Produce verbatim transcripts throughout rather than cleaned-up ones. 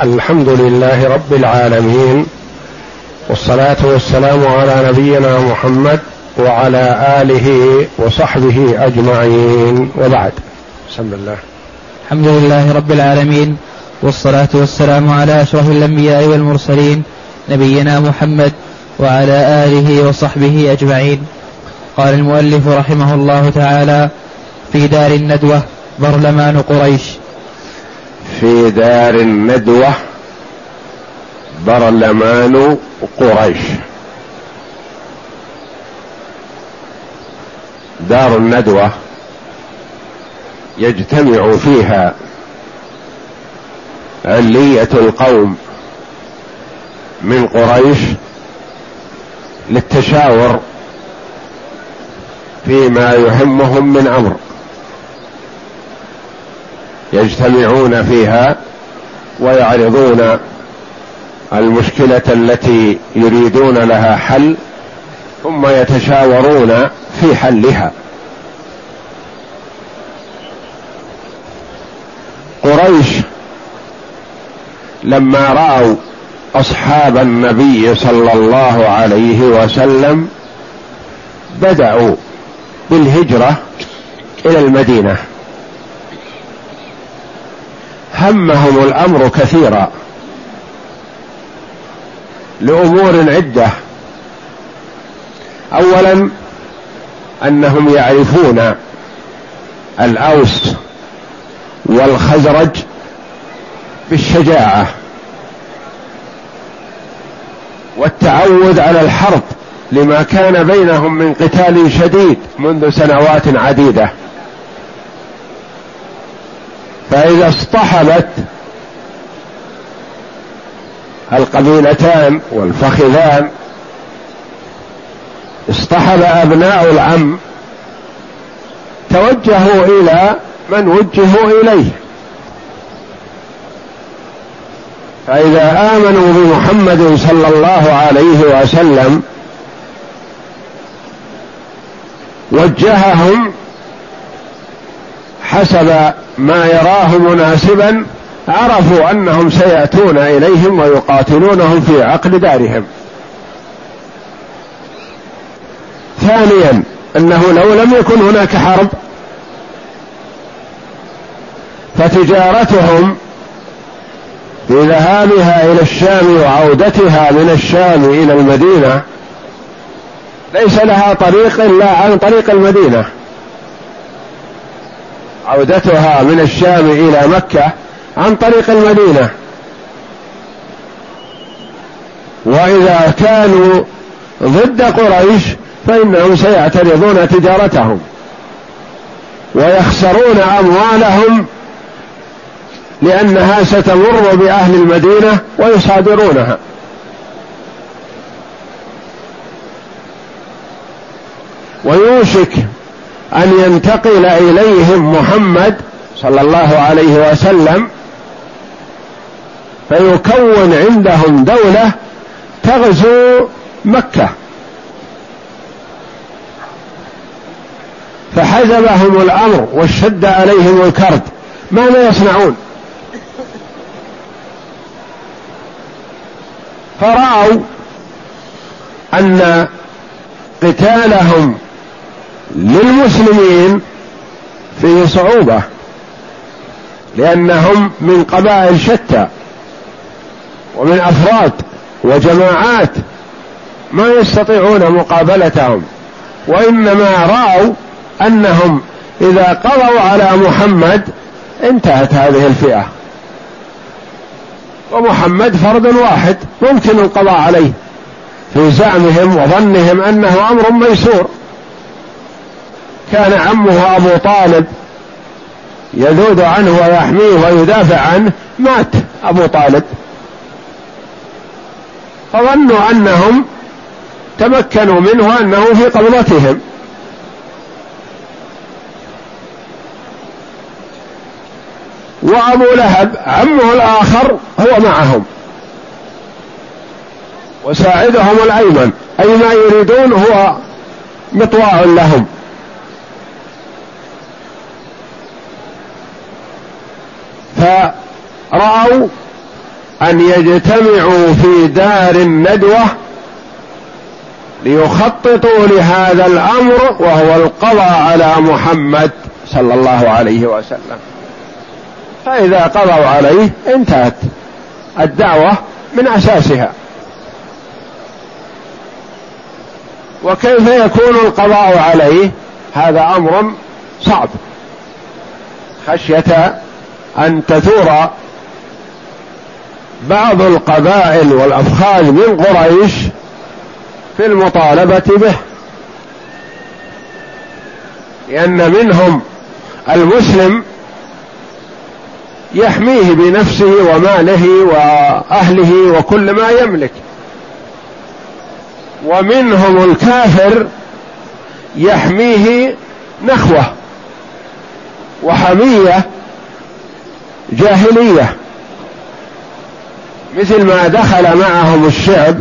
الحمد لله رب العالمين، والصلاة والسلام على نبينا محمد وعلى آله وصحبه أجمعين، وبعد. بسم الله. الحمد لله رب العالمين، والصلاة والسلام على أشرف الأنبياء والمرسلين نبينا محمد وعلى آله وصحبه أجمعين. قال المؤلف رحمه الله تعالى: في دار الندوة برلمان قريش. في دار الندوة برلمان قريش. دار الندوة يجتمع فيها علية القوم من قريش للتشاور فيما يهمهم من أمر، يجتمعون فيها ويعرضون المشكلة التي يريدون لها حل، ثم يتشاورون في حلها. قريش لما رأوا أصحاب النبي صلى الله عليه وسلم بدأوا بالهجرة إلى المدينة، همهم الأمر كثيرا لأمور عدة. أولا أنهم يعرفون الأوس والخزرج بالشجاعة والتعود على الحرب، لما كان بينهم من قتال شديد منذ سنوات عديدة. فإذا اصطحبت القبيلتان والفخذان، اصطحب أبناء العم، توجهوا إلى من وجهوا إليه. فإذا آمنوا بمحمد صلى الله عليه وسلم وجههم حسب ما يراه مناسبا، عرفوا أنهم سيأتون إليهم ويقاتلونهم في عقد دارهم. ثانيا أنه لو لم يكن هناك حرب فتجارتهم في ذهابها إلى الشام وعودتها من الشام إلى المدينة ليس لها طريق إلا عن طريق المدينة. عودتها من الشام إلى مكة عن طريق المدينة، وإذا كانوا ضد قريش فإنهم سيعترضون تجارتهم ويخسرون أموالهم، لأنها ستمر بأهل المدينة ويصادرونها. ويوشك أن ينتقل إليهم محمد صلى الله عليه وسلم فيكون عندهم دولة تغزو مكة، فحزبهم الأمر واشتد عليهم الكرب. ماذا يصنعون؟ فرأوا أن قتالهم للمسلمين فيه صعوبة، لأنهم من قبائل شتى ومن أفراد وجماعات ما يستطيعون مقابلتهم، وإنما رأوا أنهم إذا قضوا على محمد انتهت هذه الفئة، ومحمد فرد واحد ممكن القضاء عليه، في زعمهم وظنهم أنه أمر ميسور. كان عمه أبو طالب يذود عنه ويحميه ويدافع عنه، مات أبو طالب، فظنوا أنهم تمكنوا منه، أنه في قبضتهم. وأبو لهب عمه الآخر هو معهم وساعدهم الأيمن، أي ما يريدون هو مطواع لهم. فرأوا أن يجتمعوا في دار الندوة ليخططوا لهذا الأمر، وهو القضاء على محمد صلى الله عليه وسلم. فإذا قضوا عليه انتهت الدعوة من أساسها. وكيف يكون القضاء عليه؟ هذا أمر صعب، خشية أن تثور بعض القبائل والأفخاذ من قريش في المطالبة به، لأن منهم المسلم يحميه بنفسه وماله وأهله وكل ما يملك، ومنهم الكافر يحميه نخوة وحمية جاهلية، مثل ما دخل معهم الشعب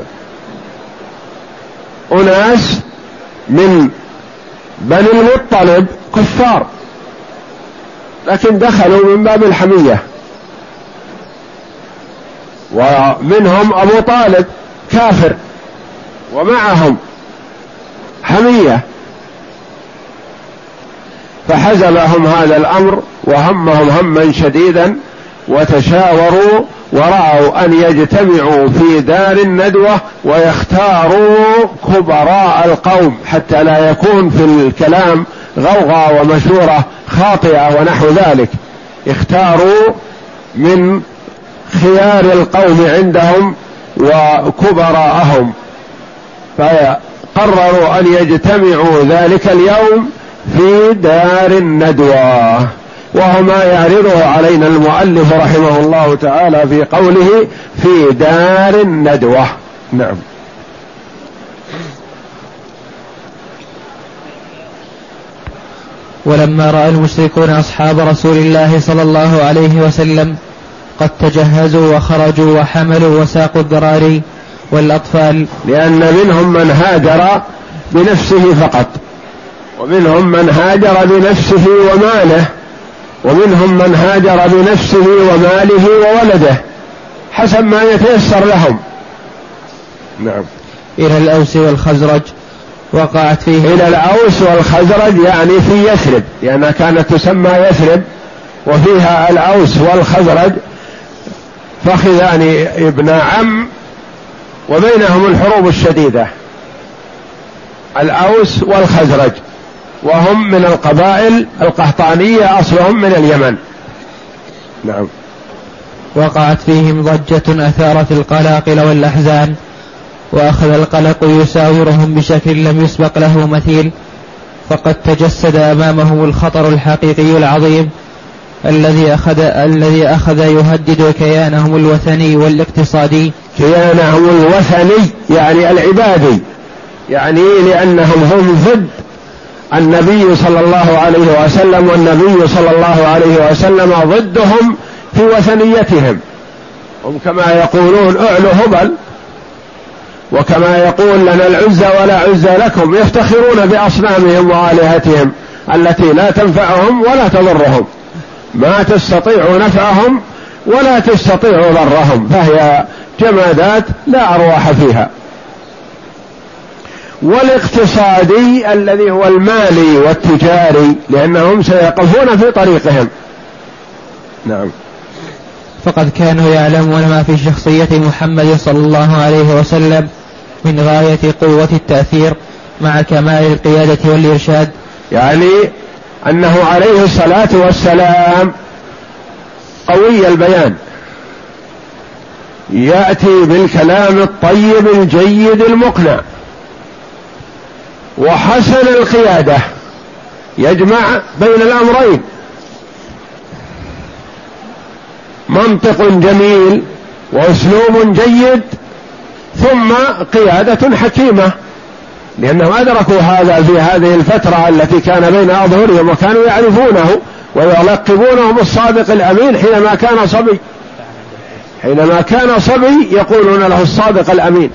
أناس من بني المطلب كفار، لكن دخلوا من باب الحمية. ومنهم أبو طالب كافر ومعهم حمية، فحزبهم هذا الأمر وهمهم هما شديدا، وتشاوروا ورأوا أن يجتمعوا في دار الندوة ويختاروا كبراء القوم، حتى لا يكون في الكلام غوغاء ومشورة خاطئة ونحو ذلك. اختاروا من خيار القوم عندهم وكبراءهم، فقرروا أن يجتمعوا ذلك اليوم في دار الندوة، وهو ما يعرضه علينا المؤلف رحمه الله تعالى في قوله في دار الندوة. نعم. ولما رأى المشركون أصحاب رسول الله صلى الله عليه وسلم قد تجهزوا وخرجوا وحملوا وساقوا الذراري والأطفال، لأن منهم من هاجر بنفسه فقط، ومنهم من هاجر بنفسه وماله، ومنهم من هاجر بنفسه وماله وولده، حسب ما يتيسر لهم. نعم. إلى الأوس والخزرج وقعت فيه. إلى الأوس والخزرج يعني في يثرب، لأنها كانت تسمى يثرب وفيها الأوس والخزرج فخذان ابن عم وبينهم الحروب الشديدة، الأوس والخزرج، وهم من القبائل القحطانية، أصلهم من اليمن. نعم. وقعت فيهم ضجة أثارت القلاقل والأحزان، وأخذ القلق يساورهم بشكل لم يسبق له مثيل، فقد تجسد أمامهم الخطر الحقيقي العظيم الذي أخذ الذي أخذ يهدد كيانهم الوثني والاقتصادي. كيانهم الوثني يعني العبادي، يعني لأنهم هم ضد النبي صلى الله عليه وسلم، والنبي صلى الله عليه وسلم ضدهم في وثنيتهم. هم كما يقولون أعلو هبل، وكما يقول لنا العزى ولا عزى لكم، يفتخرون بأصنامهم وآلهتهم التي لا تنفعهم ولا تضرهم، ما تستطيع نفعهم ولا تستطيع ضرهم، فهي جمادات لا أرواح فيها. والاقتصادي الذي هو المالي والتجاري، لأنهم سيقفون في طريقهم. نعم. فقد كانوا يعلمون ما في شخصية محمد صلى الله عليه وسلم من غاية قوة التأثير مع كمال القيادة والإرشاد، يعني أنه عليه الصلاة والسلام قوي البيان، يأتي بالكلام الطيب الجيد المقنع، وحسن القيادة، يجمع بين الأمرين، منطق جميل وأسلوب جيد ثم قيادة حكيمة، لأنهم أدركوا هذا في هذه الفترة التي كان بين أظهرهم، وكانوا يعرفونه ويلقبونه بالصادق الأمين حينما كان صبي، حينما كان صبي يقولون له الصادق الأمين،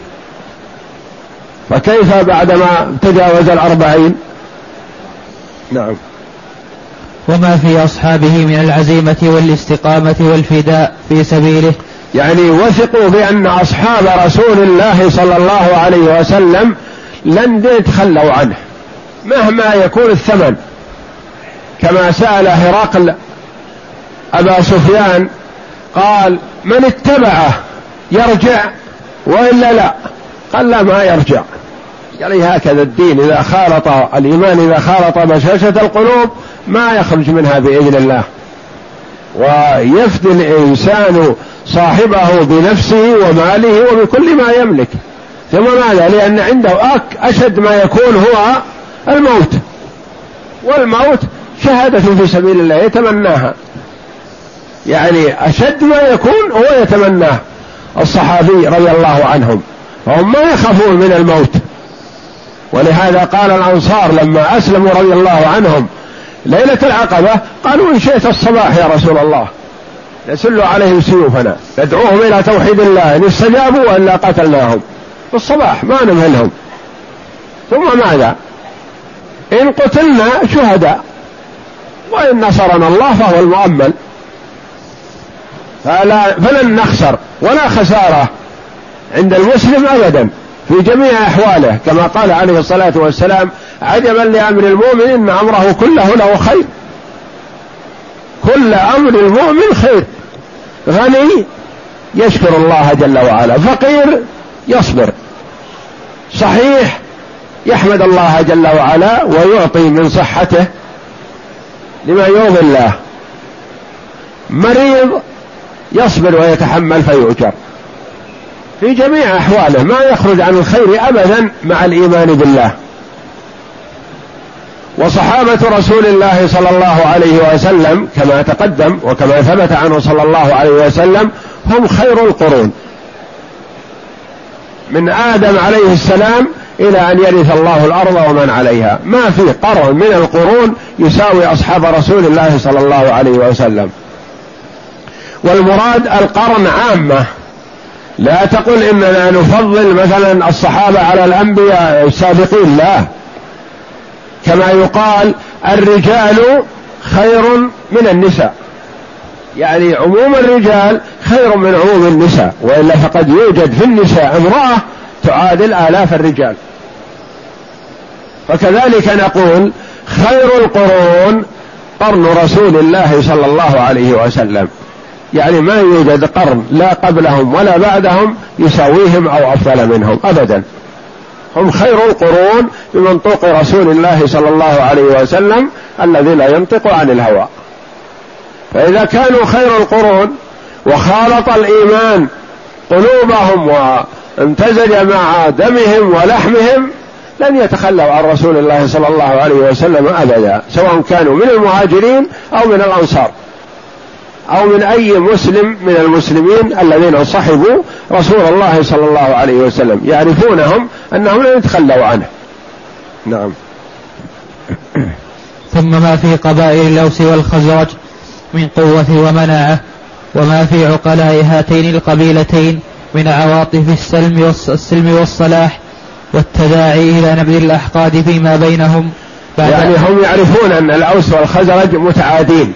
فكيف بعدما تجاوز الأربعين؟ نعم. وما في أصحابه من العزيمة والاستقامة والفداء في سبيله يعني وثقوا بأن أصحاب رسول الله صلى الله عليه وسلم لن يتخلوا عنه مهما يكون الثمن، كما سأل هرقل أبا سفيان قال من اتبعه يرجع وإلا لا؟ قال لا ما يرجع. يعني هكذا الدين إذا خالط الإيمان إذا خالط بشاشة القلوب ما يخرج منها بإذن الله، ويفدي الإنسان صاحبه بنفسه وماله وبكل ما يملك. ثم ماذا؟ لأن عنده أشد ما يكون هو الموت، والموت شهادة في سبيل الله يتمناها، يعني أشد ما يكون هو يتمناه. الصحابي رضي الله عنهم وهم ما يخافون من الموت، ولهذا قال الأنصار لما أسلموا رضي الله عنهم ليلة العقبة قالوا إن شئت الصباح يا رسول الله نسل عليهم سيوفنا ندعوهم إلى توحيد الله، إن استجابوا وإلا قتلناهم في الصباح ما نمهلهم. ثم ماذا؟ إن قتلنا شهداء وإن نصرنا الله فهو المؤمل، فلا فلن نخسر ولا خسارة عند المسلم أبدا في جميع أحواله، كما قال عليه الصلاة والسلام عجبا لأمر المؤمن إن أمره كله له خير. كل أمر المؤمن خير، غني يشكر الله جل وعلا، فقير يصبر، صحيح يحمد الله جل وعلا ويعطي من صحته لما يرضي الله، مريض يصبر ويتحمل فيؤجر. في جميع أحواله ما يخرج عن الخير أبدا مع الإيمان بالله. وصحابة رسول الله صلى الله عليه وسلم كما تقدم وكما ثبت عنه صلى الله عليه وسلم هم خير القرون من آدم عليه السلام إلى أن يرث الله الأرض ومن عليها، ما في قرن من القرون يساوي أصحاب رسول الله صلى الله عليه وسلم. والمراد القرن عامة، لا تقل إننا نفضل مثلا الصحابة على الأنبياء السابقين، لا، كما يقال الرجال خير من النساء، يعني عموم الرجال خير من عموم النساء، وإلا فقد يوجد في النساء امرأة تعادل آلاف الرجال. فكذلك نقول خير القرون قرن رسول الله صلى الله عليه وسلم، يعني ما يوجد قرن لا قبلهم ولا بعدهم يساويهم أو أفضل منهم أبدا، هم خير القرون بمنطوق رسول الله صلى الله عليه وسلم الذي لا ينطق عن الهوى. فإذا كانوا خير القرون وخالط الإيمان قلوبهم وامتزج مع دمهم ولحمهم لن يتخلوا عن رسول الله صلى الله عليه وسلم أبدا، سواء كانوا من المهاجرين أو من الأنصار أو من أي مسلم من المسلمين الذين صحبوا رسول الله صلى الله عليه وسلم، يعرفونهم أنهم لن يتخلوا عنه. نعم. ثم ما في قبائل الأوس والخزرج من قوة ومناعة، وما في عقلاء هاتين القبيلتين من عواطف السلم السلم والصلاح والتداعي إلى نبذ الأحقاد فيما بينهم. يعني هم يعرفون أن الأوس والخزرج متعادين،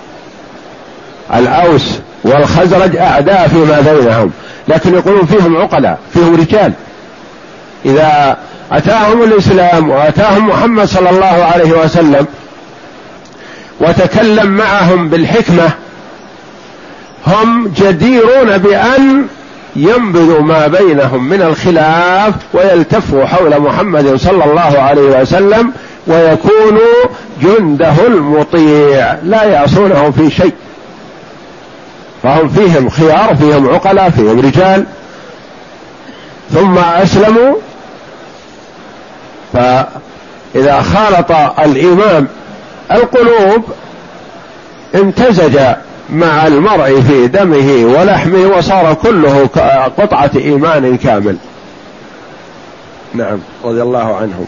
الأوس والخزرج أعداء فيما بينهم، لكن يقولون فيهم عقلاء، فيهم رجال، إذا أتاهم الإسلام وأتاهم محمد صلى الله عليه وسلم وتكلم معهم بالحكمة هم جديرون بأن ينبذوا ما بينهم من الخلاف ويلتفوا حول محمد صلى الله عليه وسلم ويكونوا جنده المطيع لا يعصونه في شيء. فهم فيهم خيار، فيهم عقلاء، فيهم رجال، ثم أسلموا. فإذا خالط الإيمان القلوب امتزج مع المرء في دمه ولحمه وصار كله قطعة إيمان كامل. نعم، رضي الله عنهم.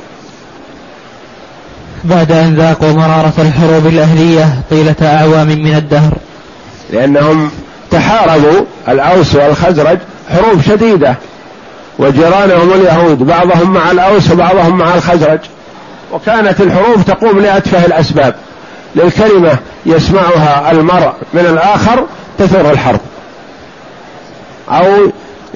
بعد أن ذاقوا مرارة الحروب الأهلية طيلة أعوام من الدهر، لأنهم تحاربوا الأوس والخزرج حروب شديدة، وجيرانهم اليهود بعضهم مع الأوس وبعضهم مع الخزرج، وكانت الحروب تقوم لأتفه الأسباب، للكلمة يسمعها المرء من الآخر تثور الحرب. أو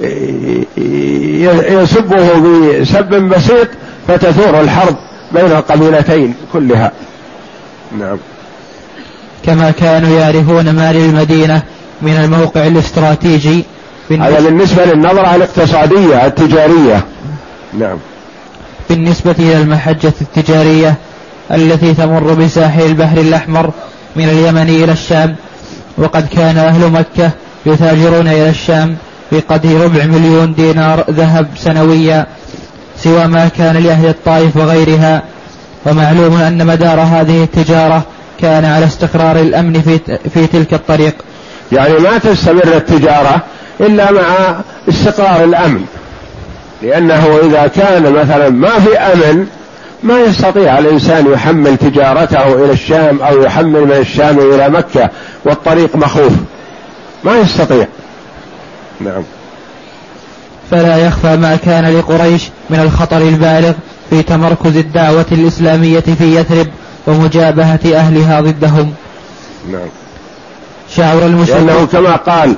يسبه بسب بسيط فتثور الحرب بين القبيلتين كلها. نعم. كما كانوا يعرفون ما للمدينة من الموقع الاستراتيجي. هذا بالنسبة للنظرة الاقتصادية التجارية. نعم. بالنسبة إلى المحجة التجارية التي تمر بساحل البحر الأحمر من اليمن إلى الشام، وقد كان أهل مكة يتاجرون إلى الشام بقدر ربع مليون دينار ذهب سنويا، سوى ما كان لأهل الطائف وغيرها. ومعلوم أن مدار هذه التجارة كان على استقرار الأمن في, في تلك الطريق. يعني ما تستمر التجارة إلا مع استقرار الأمن، لأنه إذا كان مثلا ما في أمن ما يستطيع الإنسان يحمل تجارته إلى الشام أو يحمل من الشام إلى مكة والطريق مخوف، ما يستطيع. نعم. فلا يخفى ما كان لقريش من الخطر البالغ في تمركز الدعوة الإسلامية في يثرب ومجابهة أهلها ضدهم. نعم. شعر المشركين لأنه كما قال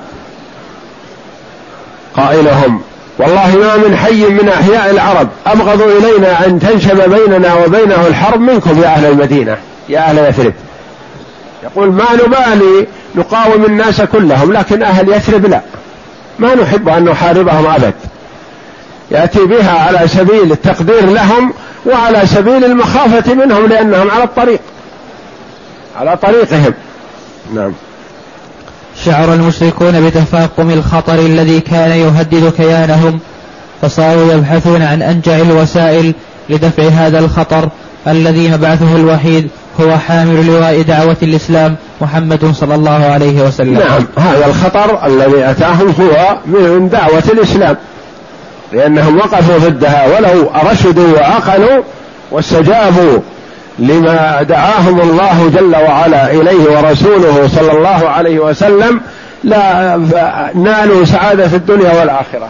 قائلهم: والله ما من حي من أحياء العرب أبغض إلينا أن تنشب بيننا وبينه الحرب منكم يا أهل المدينة يا أهل يثرب. يقول: ما نبالي نقاوم الناس كلهم، لكن أهل يثرب لا، ما نحب أن نحاربهم أبد. يأتي بها على سبيل التقدير لهم وعلى سبيل المخافة منهم، لأنهم على الطريق على طريقهم. نعم. شعر المشركون بتفاقم الخطر الذي كان يهدد كيانهم، فصاروا يبحثون عن أنجع الوسائل لدفع هذا الخطر الذي مبعثه الوحيد هو حامل لواء دعوة الإسلام محمد صلى الله عليه وسلم. نعم. هذا الخطر الذي أتاهم هو من دعوة الإسلام، لأنهم وقفوا ضدها، ولو رشدوا وعقلوا واستجابوا لما دعاهم الله جل وعلا إليه ورسوله صلى الله عليه وسلم لا نالوا سعادة في الدنيا والآخرة،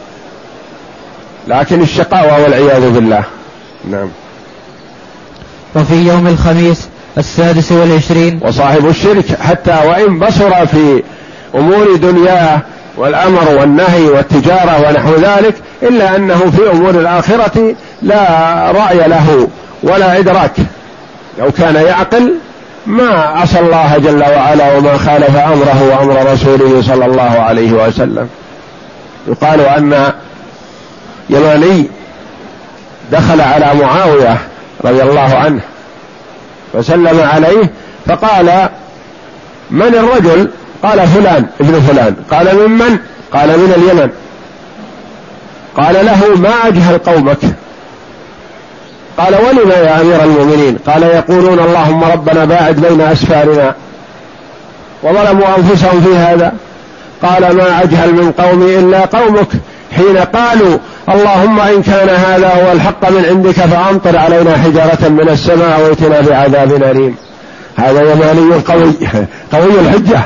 لكن الشقاوة والعياذ بالله. نعم. وفي يوم الخميس السادس والعشرين، وصاحب الشرك حتى وإن بصر في أمور دنياه والأمر والنهي والتجارة ونحو ذلك، إلا أنه في أمور الآخرة لا رأي له ولا إدراك. لو كان يعقل ما عصى الله جل وعلا وما خالف أمره وأمر رسوله صلى الله عليه وسلم. يقال أن يماني دخل على معاوية رضي الله عنه وسلم عليه، فقال: من الرجل؟ قال: فلان ابن فلان. قال: من من؟ قال: من اليمن. قال له: ما أجهل قومك؟ قال: ولم يا أمير المؤمنين؟ قال: يقولون اللهم ربنا باعد بين أسفارنا، وظلموا أنفسهم في هذا. قال: ما أجهل من قومي إلا قومك، حين قالوا اللهم إن كان هذا هو الحق من عندك فأمطر علينا حجارة من السماء وائتنا بعذاب أليم. هذا يماني قوي قوي الحجة.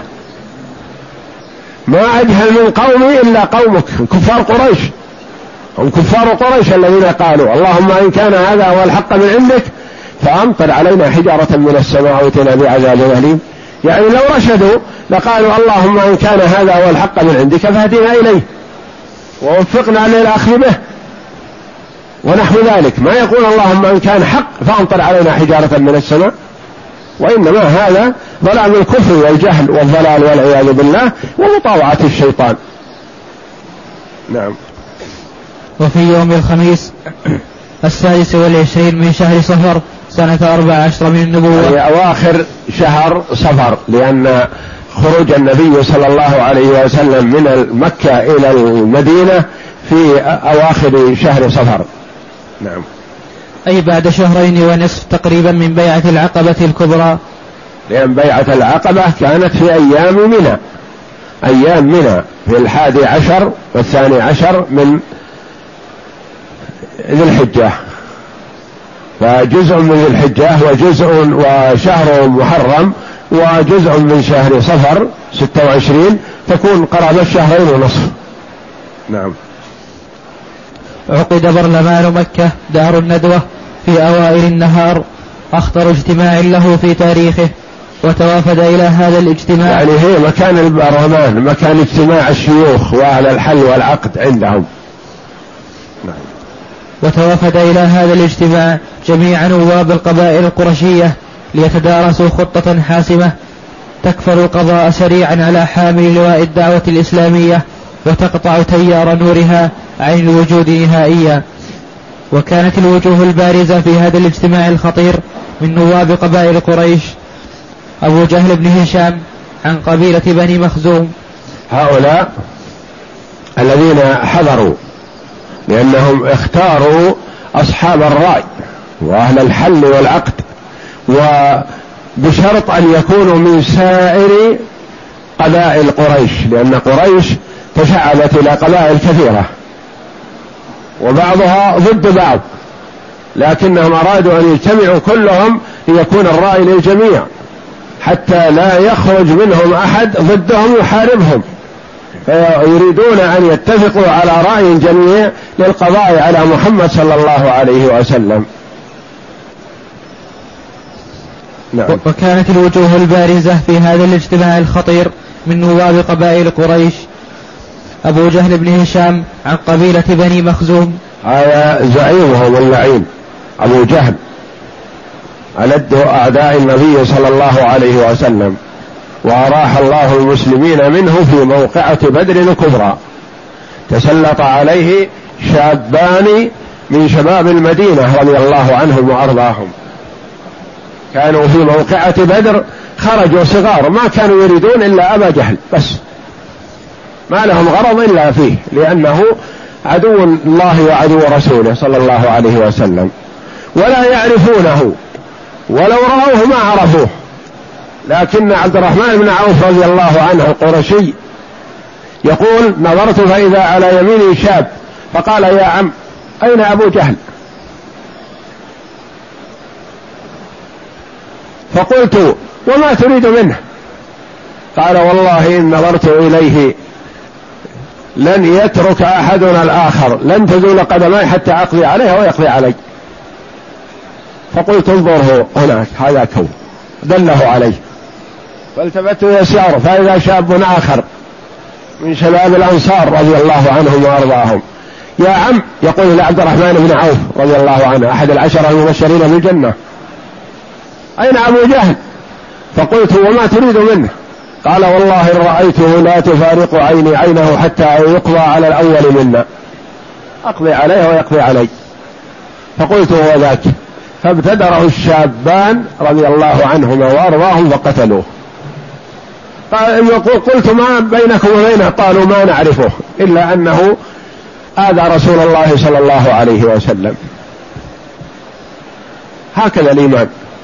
ما أجهل من قومي إلا قومك، كفار قريش، هم كفار قريش الذين قالوا اللهم إن كان هذا هو الحق من عندك فأمطر علينا حجارة من السماء وائتنا بعذاب أليم. يعني لو رشدوا لقالوا اللهم إن كان هذا هو الحق من عندك فاهدنا إليه ووفقنا للأخذ به ونحو ذلك. ما يقول اللهم إن كان حق فأمطر علينا حجارة من السماء، وإنما هذا ضلال الكفر والجهل والضلال والعياذ بالله ومطاوعة الشيطان. نعم. وفي يوم الخميس السادس والعشرين من شهر صفر سنة أربع عشر من النبوة، يعني أواخر شهر صفر، لأن خروج النبي صلى الله عليه وسلم من مكة إلى المدينة في أواخر شهر صفر. نعم. أي بعد شهرين ونصف تقريبا من بيعة العقبة الكبرى، لأن بيعة العقبة كانت في أيام منى، أيام منى في الحادي عشر والثاني عشر من ذي الحجة، فجزء من ذي الحجة وجزء وشهر محرم وجزء من شهر صفر ستة وعشرين، تكون قرابة شهرين ونصف. نعم. عقد برلمان مكة دار الندوة في أوائل النهار، أخطر اجتماع له في تاريخه، وتوافد إلى هذا الاجتماع. يعني هي مكان البرلمان، مكان اجتماع الشيوخ وأهل الحل والعقد عندهم. وتوافد إلى هذا الاجتماع جميع نواب القبائل القرشية ليتدارسوا خطة حاسمة تكفل القضاء سريعا على حامل لواء الدعوة الإسلامية وتقطع تيار نورها عن الوجود نهائيا. وكانت الوجوه البارزة في هذا الاجتماع الخطير من نواب قبائل قريش أبو جهل بن هشام عن قبيلة بني مخزوم. هؤلاء الذين حضروا لأنهم اختاروا أصحاب الرأي وأهل الحل والعقد، وبشرط أن يكونوا من سائر قبائل قريش، لأن قريش تشعبت إلى قبائل كثيرة وبعضها ضد بعض، لكنهم أرادوا أن يجتمعوا كلهم ليكون الرأي للجميع حتى لا يخرج منهم أحد ضدهم يحاربهم، فيريدون أن يتفقوا على رأي جميع للقضاء على محمد صلى الله عليه وسلم. نعم. وكانت الوجوه البارزة في هذا الاجتماع الخطير من نواب قبائل قريش أبو جهل بن هشام عن قبيلة بني مخزوم، هذا زعيمهم اللعين أبو جهل ألد أعداء النبي صلى الله عليه وسلم، وأراح الله المسلمين منه في موقعة بدر الكبرى. تسلط عليه شابان من شباب المدينة رضي الله عنهم وأرضاهم، كانوا في موقعة بدر، خرجوا صغار ما كانوا يريدون إلا أبا جهل بس، ما لهم غرض إلا فيه، لأنه عدو الله وعدو رسوله صلى الله عليه وسلم، ولا يعرفونه ولو رأوه ما عرفوه. لكن عبد الرحمن بن عوف رضي الله عنه القرشي يقول: نظرت فإذا على يميني شاب فقال: يا عم أين أبو جهل؟ فقلت: وما تريد منه؟ قال: والله إن نظرت إليه لن يترك أحدنا الآخر، لن تزول قدمي حتى أقضي عليه ويقضي علي. فقلت: انظره هناك، هذا كون دله عليه. فالتفت يسار فإذا شاب آخر من شباب الأنصار رضي الله عنهم وأرضاهم: يا عم، يقول لعبد الرحمن بن عوف رضي الله عنه أحد العشرة المبشرين بالجنة: أين أبو جهل؟ فقلت: وما تريد منه؟ قال: والله إن رأيته لا تفارق عيني عينه حتى يقضى على الأول منا، أقضي عليه ويقضي علي. فقلت: هو ذاك. فابتدره الشابان رضي الله عنهما وأرضاهم فقتلوه. قلت: ما بينكم وبينه؟ قالوا: ما نعرفه إلا أنه آذى رسول الله صلى الله عليه وسلم. هكذا الإيمان.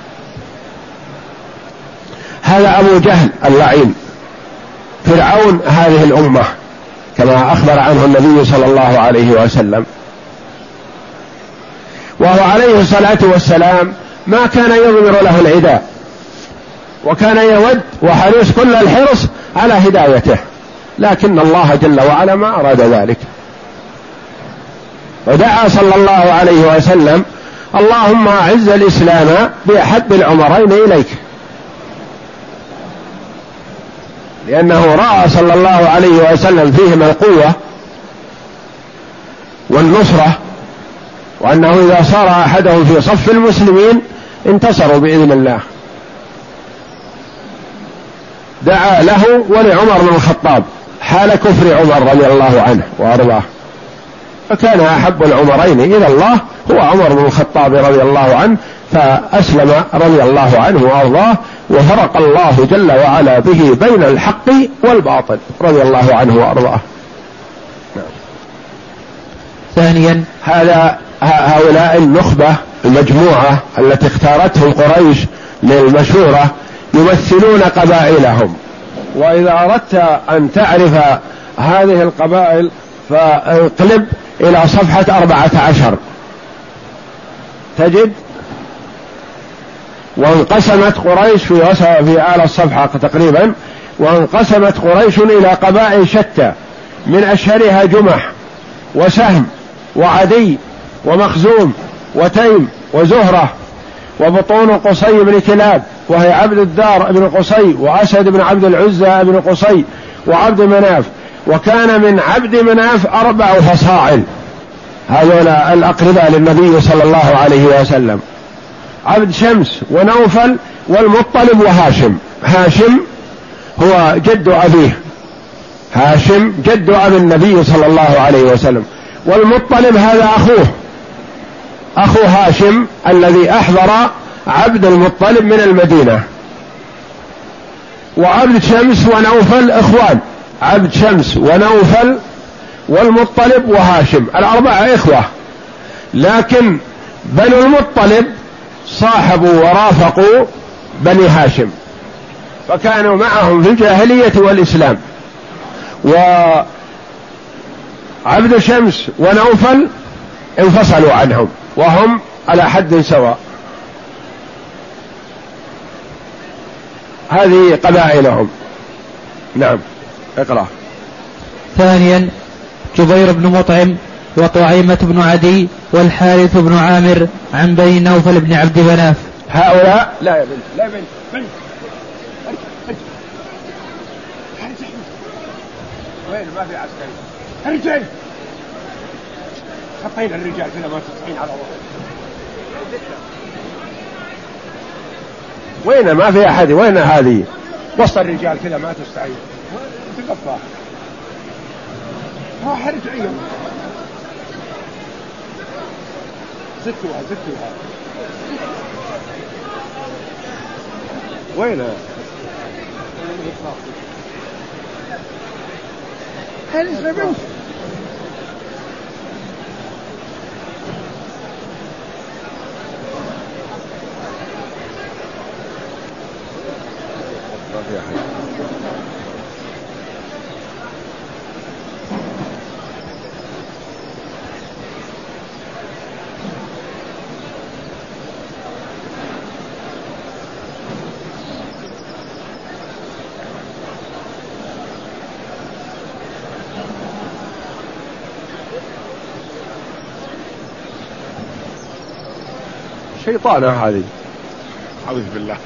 هذا أبو جهل اللعين فرعون هذه الأمة كما أخبر عنه النبي صلى الله عليه وسلم، وهو عليه الصلاة والسلام ما كان يضمر له العداء، وكان يود وحريص كل الحرص على هدايته، لكن الله جل وعلا ما أراد ذلك. ودعا صلى الله عليه وسلم: اللهم أعز الإسلام بأحب العمرين إليك، لأنه رأى صلى الله عليه وسلم فيهما القوة والنصرة، وأنه إذا صار أحدهم في صف المسلمين انتصروا بإذن الله. دعا له ولعمر بن الخطاب حال كفر عمر رضي الله عنه وأرضاه، فكان أحب العمرين إلى الله هو عمر بن الخطاب رضي الله عنه، فأسلم رضي الله عنه وأرضاه، وفرق الله جل وعلا به بين الحق والباطل رضي الله عنه وأرضاه. ثانيا، هذا هؤلاء النخبة المجموعة التي اختارتهم قريش للمشورة يمثلون قبائلهم. وإذا أردت أن تعرف هذه القبائل فانقلب إلى صفحة أربعة عشر تجد: وانقسمت قريش في في أعلى الصفحة تقريبا، وانقسمت قريش إلى قبائل شتى، من أشهرها جمح وسهم وعدي ومخزوم وتيم وزهرة وبطون قصي بن كلاب وهي عبد الدار بن قصي، وأسد بن عبد العزى بن قصي، وعبد مناف. وكان من عبد مناف أربع فصاعل، هذولا الأقرباء للنبي صلى الله عليه وسلم: عبد شمس ونوفل والمطلب وهاشم. هاشم هو جد أبيه، هاشم جد أبي النبي صلى الله عليه وسلم، والمطلب هذا أخوه، أخو هاشم الذي أحضر عبد المطلب من المدينة. وعبد شمس ونوفل إخوان، عبد شمس ونوفل والمطلب وهاشم، الأربعة إخوة، لكن بنو المطلب صاحبوا ورافقوا بني هاشم، فكانوا معهم في الجاهلية والإسلام. وعبد شمس ونوفل انفصلوا عنهم وهم على حد سواء. هذه قبائلهم. نعم اقرأ. ثانيا جبير بن مطعم وطعيمة بن عدي والحارث بن عامر عن بني نوفل بن عبد مناف. هؤلاء لا يا بنت، لا يا بنت، بنت. وين ما في عسكري؟ الرجال خطين الرجال كذا ما تسعين على وضع. وين ما في أحد؟ وين هذه؟ وسط الرجال كذا ما تستعين، تقفى ها حرجعيهم. زتوها زتوها. وين هل اسمه؟ شيطانة هذه، أعوذ بالله.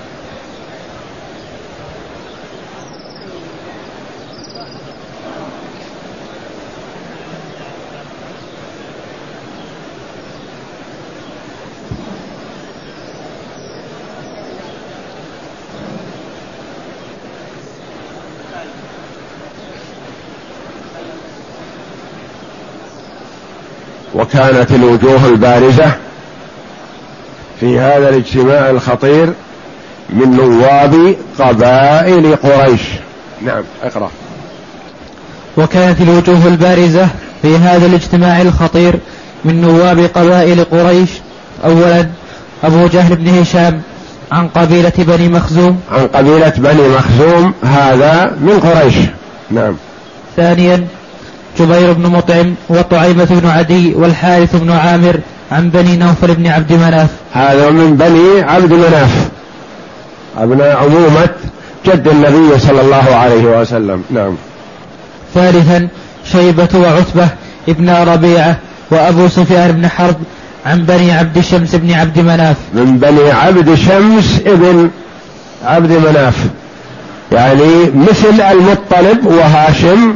وكانت الوجوه البارزة في هذا الاجتماع الخطير من نواب قبائل قريش. نعم اقرأ. وكانت الوجوه البارزة في هذا الاجتماع الخطير من نواب قبائل قريش: أولا أبو جهل بن هشام عن قبيلة بني مخزوم، عن قبيلة بني مخزوم، هذا من قريش. نعم. ثانيا جبير بن مطعم وطعيمة بن عدي والحارث بن عامر عن بني نوفل بن عبد مناف، هذا من بني عبد مناف، أبناء عمومة جد النبي صلى الله عليه وسلم. نعم. ثالثا شيبة وعتبة ابن ربيعة وأبو سفيان بن حرب عن بني عبد شمس بن عبد مناف، من بني عبد شمس ابن عبد مناف، يعني مثل المطلب وهاشم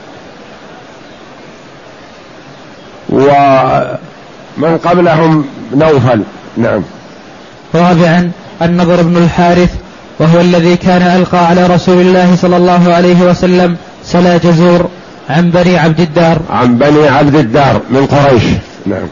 ومن قبلهم نوفل. نعم. رابعا النضر بن الحارث وهو الذي كان ألقى على رسول الله صلى الله عليه وسلم سلا جزور عن بني عبد الدار، عن بني عبد الدار من قريش. نعم.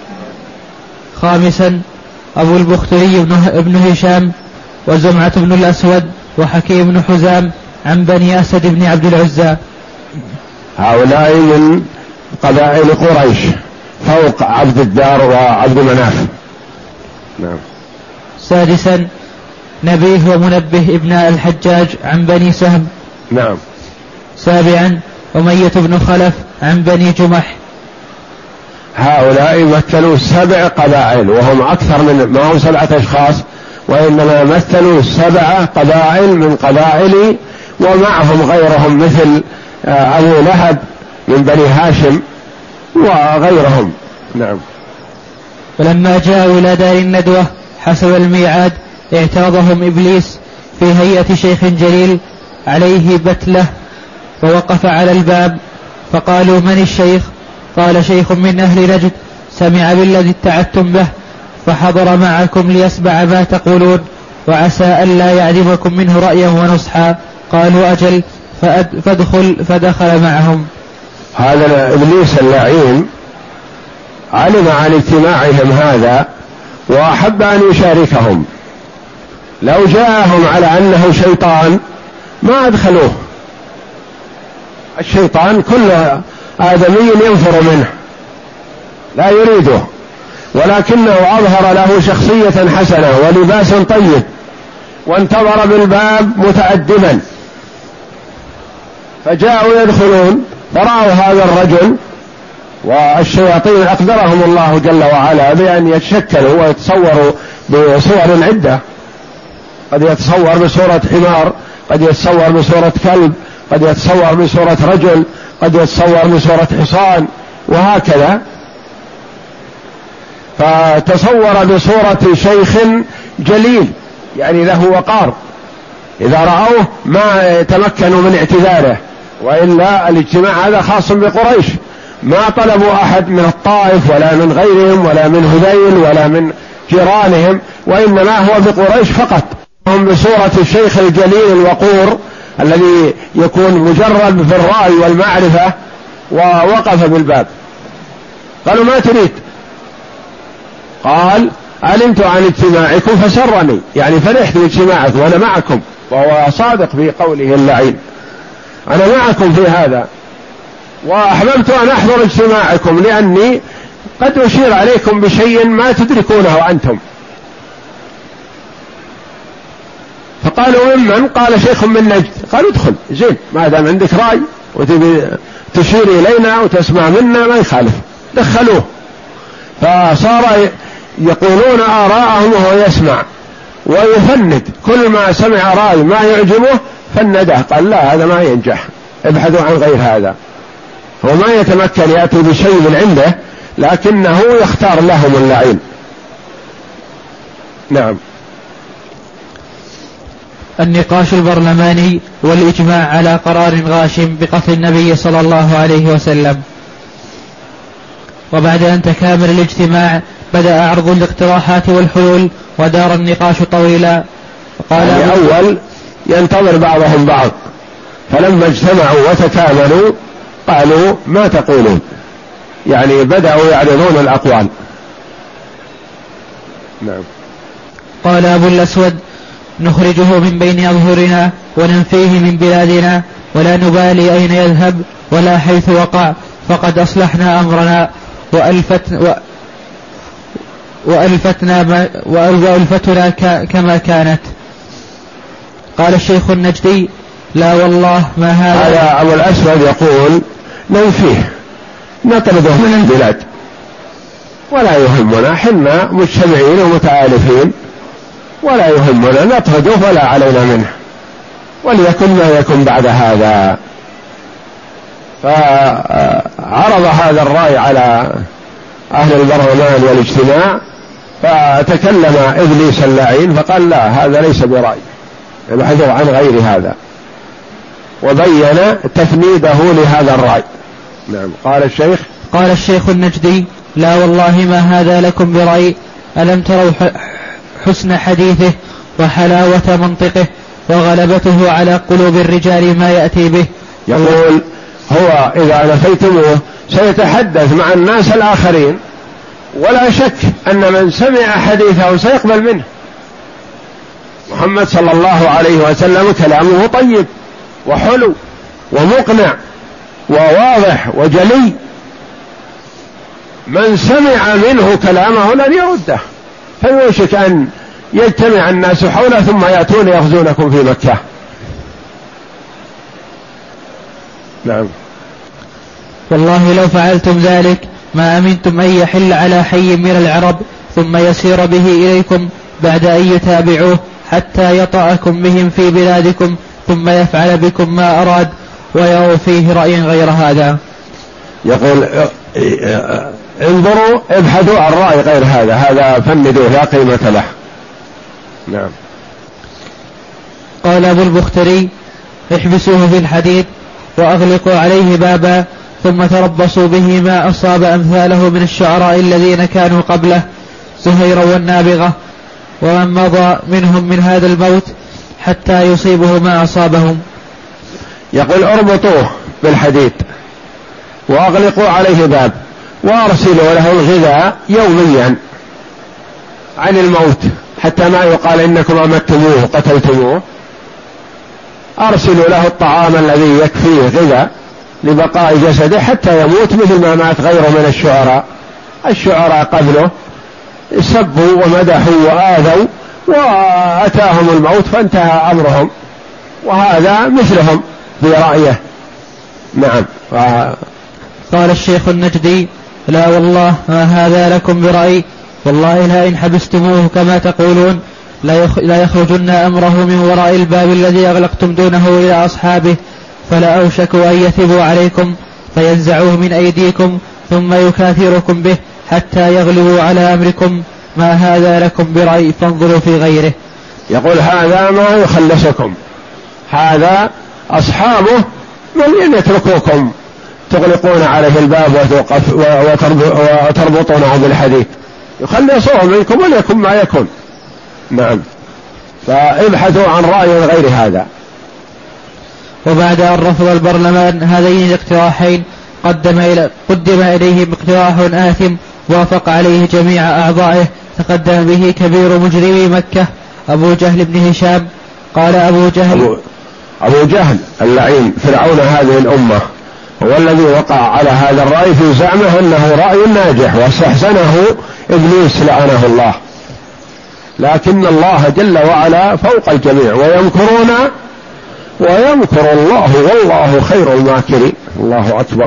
خامسا أبو البختري ابن هشام وزمعة بن الأسود وحكيم بن حزام عن بني أسد بن عبد العزى، هؤلاء من قبائل قريش فوق عبد الدار وعبد مناف. نعم. سادسا نبيه ومنبه ابن الحجاج عن بني سهم. نعم. سابعا أمية بن خلف عن بني جمح، هؤلاء مثلوا سبع قبائل وهم أكثر من ما هم سبعة أشخاص، وإنما مثلوا سبع قبائل من قبائل، ومعهم غيرهم مثل أبو لهب من بني هاشم وغيرهم. نعم. فلما جاءوا إلى دار الندوة حسب الميعاد اعترضهم إبليس في هيئة شيخ جليل عليه بتلة، فوقف على الباب، فقالوا: من الشيخ؟ قال: شيخ من أهل نجد سمع بالذي اتعدتم به، فحضر معكم ليسمع ما تقولون، وعسى ألا يعلمكم منه رأيا ونصحا. قالوا: أجل، فادخل. فدخل معهم. هذا إبليس اللعين علم عن اجتماعهم هذا وأحب أن يشاركهم. لو جاءهم على أنه شيطان ما أدخلوه. الشيطان كل آدمي ينفر منه لا يريده، ولكنه أظهر له شخصية حسنة ولباس طيب، وانتظر بالباب متأدبا، فجاءوا يدخلون فرأوا هذا الرجل. والشياطين أقدرهم الله جل وعلا بأن يتشكلوا ويتصوروا بصور عدة، قد يتصور بصورة حمار، قد يتصور بصورة كلب، قد يتصور بصورة رجل، قد يتصور بصورة حصان، وهكذا. فتصور بصورة شيخ جليل يعني له وقار، إذا رأوه ما تمكنوا من اعتذاره، وإلا الاجتماع هذا خاص بقريش، ما طلبوا أحد من الطائف ولا من غيرهم ولا من هذيل ولا من جيرانهم، وإنما هو بقريش فقط. هم بصورة الشيخ الجليل الوقور الذي يكون مجرد في الرأي والمعرفة، ووقف بالباب. قالوا: ما تريد؟ قال: علمت عن اجتماعكم فسرني، يعني فرحت باجتماعكم وأنا معكم. وهو صادق في قوله اللعين، أنا معكم في هذا، وأحببت أن أحضر اجتماعكم لأني قد أشير عليكم بشيء ما تدركونه أنتم. فقالوا: ممن؟ قال: شيخ من نجد. قالوا: ادخل، زين، ما دام عندك رأي وتبي تشير إلينا وتسمع منا ما يخالف. دخلوه، فصار يقولون آراءهم وهو يسمع ويفند، كل ما سمع رأي ما يعجبه فنده، قال: لا، هذا ما ينجح، ابحثوا عن غير هذا. هو ما يتمكن يأتي بشيء من عنده، لكنه يختار لهم اللعين. نعم. النقاش البرلماني والإجماع على قرار غاشم بقتل النبي صلى الله عليه وسلم. وبعد أن تكامل الاجتماع بدأ عرض الاقتراحات والحلول، ودار النقاش طويلا. قال يعني أول ينتظر بعضهم بعض، فلما اجتمعوا وتكاملوا قالوا: ما تقولون؟ يعني بدأوا يعرضون الأقوال. نعم. قال أبو الأسود: نخرجه من بين أظهرنا وننفيه من بلادنا، ولا نبالي أين يذهب ولا حيث وقع، فقد أصلحنا أمرنا وألفت و وألفتنا, وألفتنا كما كانت. قال الشيخ النجدي: لا والله ما هذا. هذا أبو الأسود يقول: ننفيه، نطرده من البلاد، ولا يهمنا، حنا مجتمعين ومتآلفين، ولا يهمنا، نطرده ولا علينا منه، وليكن ما يكن بعد هذا. فعرض هذا الرأي على أهل البرلمان والاجتماع، فتكلم إبليس اللعين فقال: لا، هذا ليس برأي، ابحثوا عن غير هذا، وبين تفنيده لهذا الرأي. نعم. قال الشيخ قال الشيخ النجدي: لا والله ما هذا لكم برأي، ألم تروا حسن حديثه وحلاوة منطقه وغلبته على قلوب الرجال ما يأتي به. يقول: هو إذا نفيتموه سيتحدث مع الناس الآخرين، ولا شك أن من سمع حديثه سيقبل منه. محمد صلى الله عليه وسلم كلامه طيب وحلو ومقنع وواضح وجلي، من سمع منه كلامه لن يرده، فيوشك أن يجتمع الناس حوله ثم يأتون يغزونكم في مكة. نعم. والله لو فعلتم ذلك ما أمنتم أن يحل على حي من العرب ثم يسير به إليكم بعد أن يتابعوه حتى يطأكم بهم في بلادكم ثم يفعل بكم ما أراد ويروا فيه رأي غير هذا. يقول: انظروا ابحثوا عن رأي غير هذا، هذا فندوه لا قيمة له. نعم. قال أبو البختري: احبسوه في الحديد وأغلقوا عليه بابا ثم تربصوا به ما أصاب أمثاله من الشعراء الذين كانوا قبله زهير والنابغة ومن مضى منهم من هذا الموت حتى يصيبه ما أصابهم. يقول: اربطوه بالحديد وأغلقوا عليه باب وأرسلوا له الغذاء يوميا عن الموت حتى ما يقال إنكم أمتموه قتلتموه. أرسلوا له الطعام الذي يكفيه غذاء لبقاء جسده حتى يموت مثل ما مات غيره من الشعراء. الشعراء قبله سبوا ومدحوا وآذوا وأتاهم الموت فانتهى أمرهم، وهذا مثلهم برأيه. نعم. قال الشيخ النجدي: لا والله ما هذا لكم برأي، والله لا إن حبستموه كما تقولون لا يخرجن أمره من وراء الباب الذي أغلقتم دونه إلى أصحابه، فلا أوشكوا أن يثبوا عليكم فينزعوه من أيديكم ثم يكاثركم به حتى يغلبوا على أمركم. ما هذا لكم برأي، فانظروا في غيره. يقول: هذا ما يخلصكم، هذا أصحابه من يتركوكم تغلقون عليه الباب وتربطونه بالحديد، يخلصوه منكم وليكن ما يكون. نعم. فابحثوا عن رأي غير هذا. وبعد أن رفض البرلمان هذين الاقتراحين قدم, إلى قدم إليهم اقتراح آثم وافق عليه جميع أعضائه تقدم به كبير مجرمي مكة أبو جهل بن هشام. قال أبو جهل أبو, أبو جهل اللعين فرعون هذه الأمة هو الذي وقع على هذا الرأي في زعمه أنه رأي ناجح، واستحسنه إبليس لعنه الله، لكن الله جل وعلا فوق الجميع ويمكرون ويمكر الله والله خير الماكرين. الله أكبر.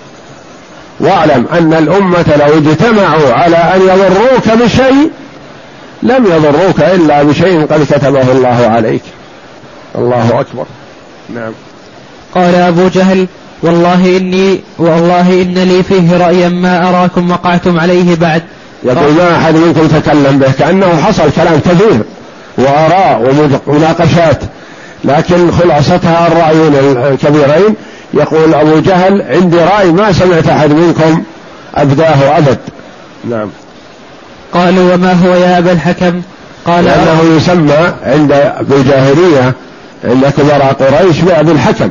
واعلم أن الأمة لو اجتمعوا على أن يضروك بشيء لم يضروك إلا بشيء قد كتبه الله عليك. الله أكبر. نعم. قال أبو جهل: والله إني والله إن لي فيه رأيا ما أراكم وقعتم عليه بعد. يقول: ما أحد منكم تكلم به، كأنه حصل كلام كثير وآراء ومناقشات، لكن خلاصتها الرأيين الكبيرين. يقول أبو جهل: عندي رأي ما سمعت أحد منكم أبداه أبد. نعم. قالوا: وما هو يا أبا الحكم؟ قال: لأنه يسمى عند بالجاهلية عند كبراء قريش بأبي الحكم،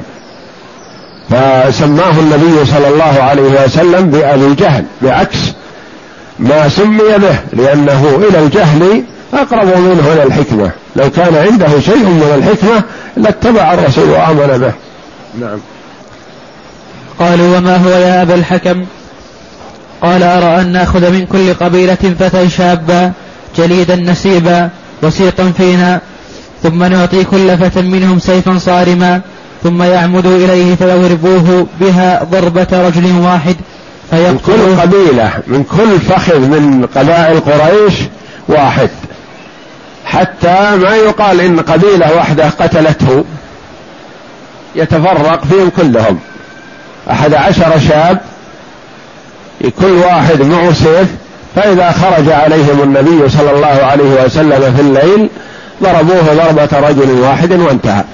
فسماه النبي صلى الله عليه وسلم بأبي جهل بعكس ما سمي به، لأنه إلى الجهل أقرب منه إلى الحكمة. لو كان عنده شيء من الحكمة لاتبع الرسول وآمن به. نعم. قالوا: وما هو يا أبا الحكم؟ قال: أرى أن نأخذ من كل قبيلة فتى شابا جليدا نسيبا وسيطا فينا، ثم نعطي كل فتى منهم سيفا صارما، ثم يعمدوا إليه فيضربوه بها ضربة رجل واحد من كل قبيلة، من كل فخذ من قبائل قريش واحد، حتى ما يقال إن قبيلة واحدة قتلته، يتفرق فيهم كلهم. أحد عشر شاب كل واحد معه سيف، فإذا خرج عليهم النبي صلى الله عليه وسلم في الليل ضربوه ضربة رجل واحد وانتهى،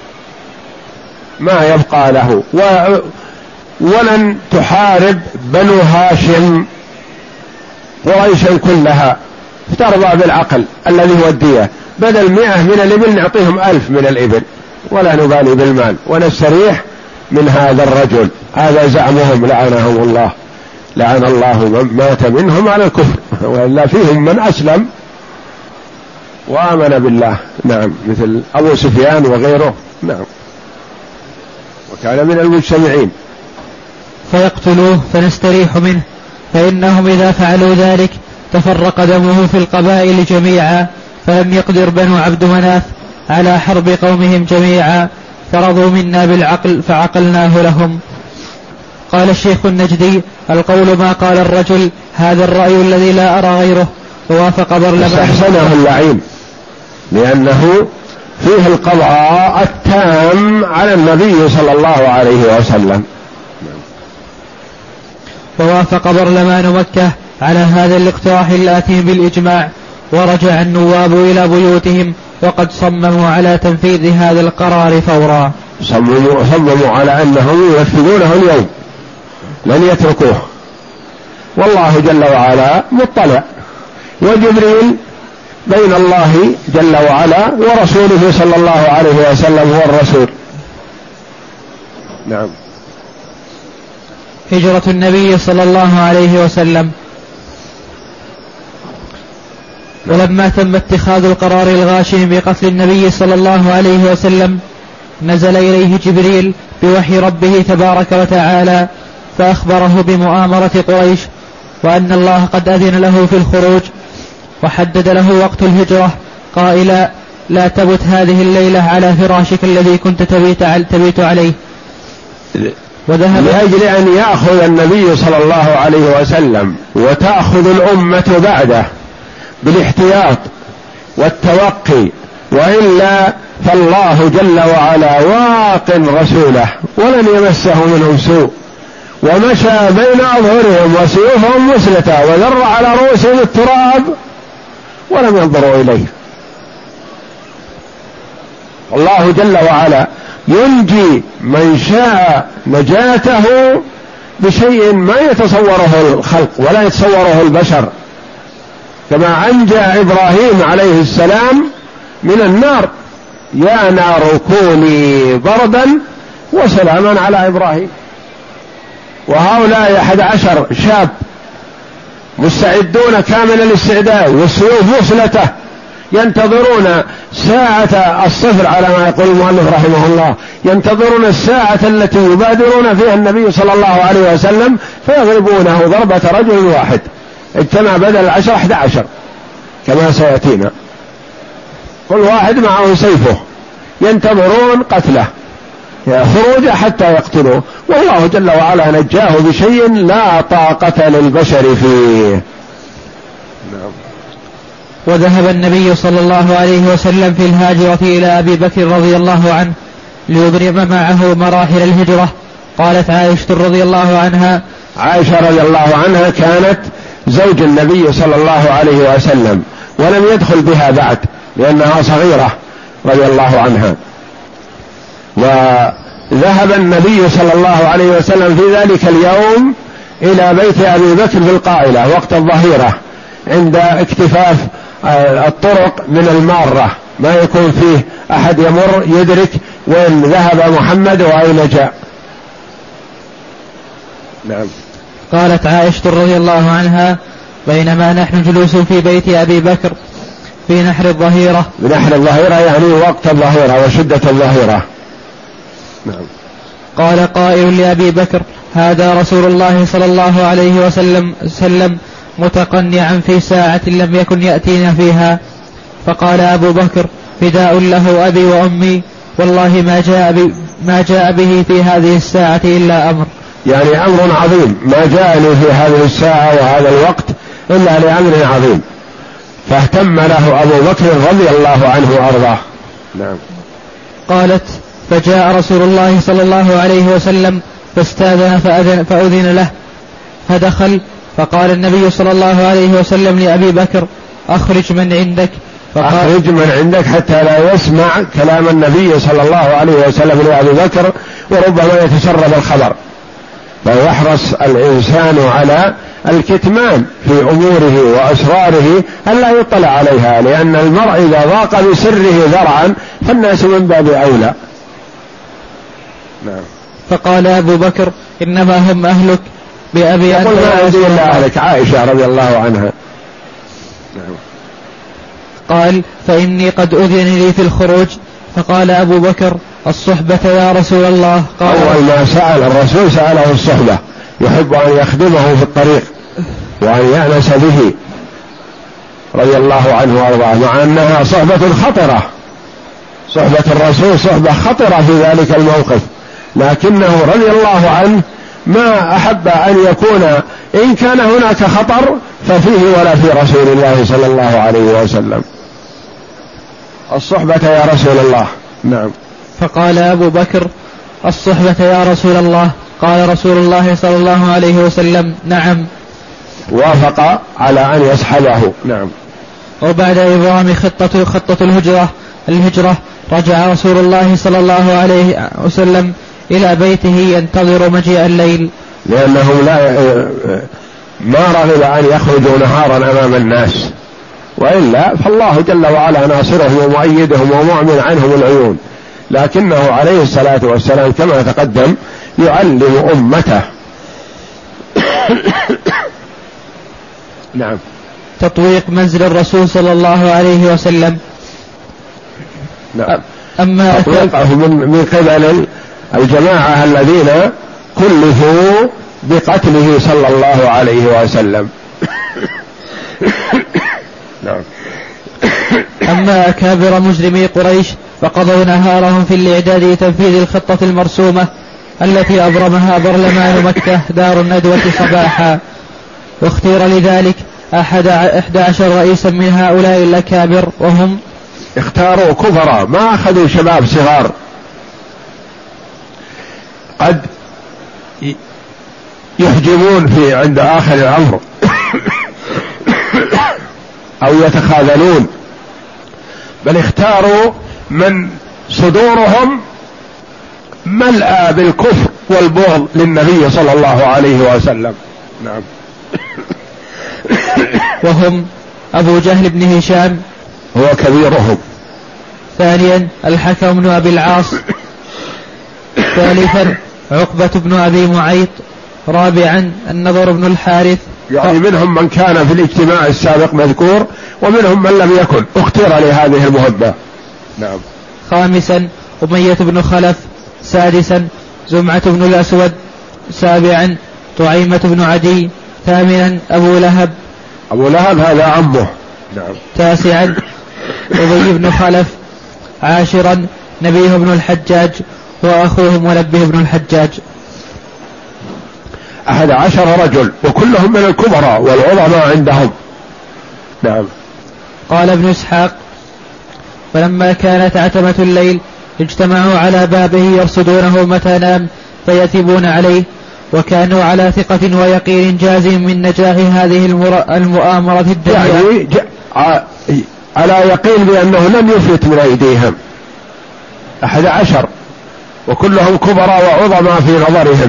ما يبقى له. و ولن تحارب بنو هاشم قريشا كلها، فترضى بالعقل الذي هو الدية، بدل مئة من الإبل نعطيهم ألف من الإبل ولا نبالي بالمال ونستريح من هذا الرجل. هذا زعمهم لعنهم الله، لعن الله من مات منهم على الكفر، وإلا فيهم من أسلم وآمن بالله. نعم، مثل أبو سفيان وغيره. نعم، وكان من المجتمعين. فيقتلوه فنستريح منه، فإنهم إذا فعلوا ذلك تفرق دمه في القبائل جميعا، فلم يقدر بنو عبد مناف على حرب قومهم جميعا، فرضوا منا بالعقل فعقلناه لهم. قال الشيخ النجدي: القول ما قال الرجل، هذا الرأي الذي لا أرى غيره. ووافق برلمان. استحسنه اللعين لأنه فيه القضاء التام على النبي صلى الله عليه وسلم. ووافق برلمان مكة على هذا الاقتراح الآتي بالإجماع، ورجع النواب إلى بيوتهم وقد صمموا على تنفيذ هذا القرار فورا. صمموا, صمموا على أنهم ينفذونه اليوم، لن يتركوه، والله جل وعلا مطلع، وجبريل بين الله جل وعلا ورسوله صلى الله عليه وسلم هو الرسول. نعم. هجرة النبي صلى الله عليه وسلم. ولما تم اتخاذ القرار الغاشم بقتل النبي صلى الله عليه وسلم نزل إليه جبريل بوحي ربه تبارك وتعالى فأخبره بمؤامرة قريش وأن الله قد أذن له في الخروج، وحدد له وقت الهجرة قائلا: لا تبت هذه الليلة على فراشك الذي كنت تبيت عليه. وذهب لأجل أن يأخذ النبي صلى الله عليه وسلم وتأخذ الأمة بعده بالاحتياط والتوقي، وإلا فالله جل وعلا واق رسوله ولن يمسه منهم سوء، ومشى بين أظهرهم وسيوفهم مسلة وذر على رؤوسهم التراب ولم ينظروا إليه. الله جل وعلا ينجي من شاء نجاته بشيء ما يتصوره الخلق ولا يتصوره البشر، كما أنجى إبراهيم عليه السلام من النار: يا نار كوني بردا وسلاما على إبراهيم. وهؤلاء أحد عشر شاب مستعدون كامل الاستعداد والسيوف مسلته ينتظرون ساعة الصفر على ما يقول المؤلف رحمه الله، ينتظرون الساعة التي يبادرون فيها النبي صلى الله عليه وسلم فيضربونه ضربة رجل واحد، اجتمع بدل العشر أحد عشر كما سيأتينا، كل واحد معه سيفه ينتظرون قتله خروجه حتى يقتلوه، والله جل وعلا نجاه بشيء لا طاقة للبشر فيه. نعم. وذهب النبي صلى الله عليه وسلم في الهاجرة إلى أبي بكر رضي الله عنه ليبرم معه مراحل الهجرة. قالت عائشة رضي الله عنها: عائشة رضي الله عنها كانت زوج النبي صلى الله عليه وسلم ولم يدخل بها بعد لأنها صغيرة رضي الله عنها، وذهب النبي صلى الله عليه وسلم في ذلك اليوم إلى بيت أبي بكر في القائلة وقت الظهيرة عند اكتفاف الطرق من المارة، ما يكون فيه أحد يمر يدرك وين ذهب محمد وأين جاء. نعم. قالت عائشة رضي الله عنها: بينما نحن جلوس في بيت أبي بكر في نحر الظهيرة. نحر الظهيرة يعني وقت الظهيرة وشدة الظهيرة. نعم. قال قائل لأبي بكر: هذا رسول الله صلى الله عليه وسلم سلم متقنعا في ساعة لم يكن يأتينا فيها. فقال أبو بكر: فداء له أبي وأمي، والله ما جاء, ما جاء به في هذه الساعة إلا أمر، يعني أمر عظيم، ما جاءني في هذه الساعة وهذا الوقت إلا لأمر عظيم، فاهتم له أبو بكر رضي الله عنه وأرضاه. نعم. قالت: فجاء رسول الله صلى الله عليه وسلم فاستاذن فأذن, فأذن له فدخل، فقال النبي صلى الله عليه وسلم لأبي بكر: أخرج من عندك. أخرج من عندك حتى لا يسمع كلام النبي صلى الله عليه وسلم لأبي بكر، وربما يتسرب الخبر، فيحرص الإنسان على الكتمان في أموره وأسراره ألا يطلع عليها، لأن المرء إذا ضاق بسره ذرعا فالناس من باب أولى. نعم. فقال أبو بكر: إنما هم أهلك بأبي أنت وأمي. أهلك عائشة رضي الله عنها. نعم. قال: فإني قد أذن لي في الخروج. فقال أبو بكر: الصحبة يا رسول الله. قال: أول ما سأل الرسول سأله الصحبة، يحب أن يخدمه في الطريق وأن يأنس به رضي الله عنه وأرضاه، مع أنها صحبة خطرة، صحبة الرسول صحبة خطرة في ذلك الموقف، لكنه رضي الله عنه ما أحب أن يكون إن كان هناك خطر ففيه ولا في رسول الله صلى الله عليه وسلم. الصحبة يا رسول الله. نعم. فقال أبو بكر: الصحبة يا رسول الله. قال رسول الله صلى الله عليه وسلم: نعم. وافق على أن يصحبه. نعم. وبعد إبرام خطة خطة الهجرة الهجرة رجع رسول الله صلى الله عليه وسلم إلى بيته ينتظر مجيء الليل، لأنهم لا ما رغب أن يخرجوا نهارا أمام الناس، وإلا فالله جل وعلا ناصرهم ومؤيدهم ومؤمن عنهم العيون، لكنه عليه الصلاة والسلام كما تقدم يعلم أمته. نعم. تطويق منزل الرسول صلى الله عليه وسلم. نعم. أما تطويقه من قبل الجماعة الذين كلفوا بقتله صلى الله عليه وسلم. نعم. أما أكابر مجرمي قريش فقضوا نهارهم في الإعداد لتنفيذ الخطة المرسومة التي أبرمها برلمان مكة دار الندوة صباحا، واختير لذلك أحد أحد عشر رئيسا من هؤلاء الأكابر، وهم اختاروا كبراء، ما أخذوا شباب صغار قد يحجمون في عند آخر العمر أو يتخاذلون، بل اختاروا من صدورهم ملأى بالكفر والبغض للنبي صلى الله عليه وسلم. نعم. وهم أبو جهل بن هشام هو كبيرهم، ثانيا الحكم بن أبي العاص، ثالثا عقبة بن أبي معيط، رابعا النضر بن الحارث. يعني منهم من كان في الاجتماع السابق مذكور، ومنهم من لم يكن اختير لهذه المهمة. نعم. خامسا أمية بن خلف، سادسا زمعة بن الأسود، سابعا طعيمة بن عدي، ثامنا أبو لهب. أبو لهب هذا عمه. نعم. تاسعا أبي بن خلف، عاشرا نبيه بن الحجاج وأخوه منبه بن الحجاج. أحد عشر رجل وكلهم من الكبراء والعظماء عندهم. نعم. قال ابن إسحاق: فلما كانت عتمة الليل اجتمعوا على بابه يرصدونه متى نام فيثبون عليه، وكانوا على ثقة ويقين جازم من نجاح هذه المؤامرة الدنيا، يعني على يقين بأنه لم يفلت من أيديهم. أحد عشر وكلهم كبراء وعظماء في نظرهم،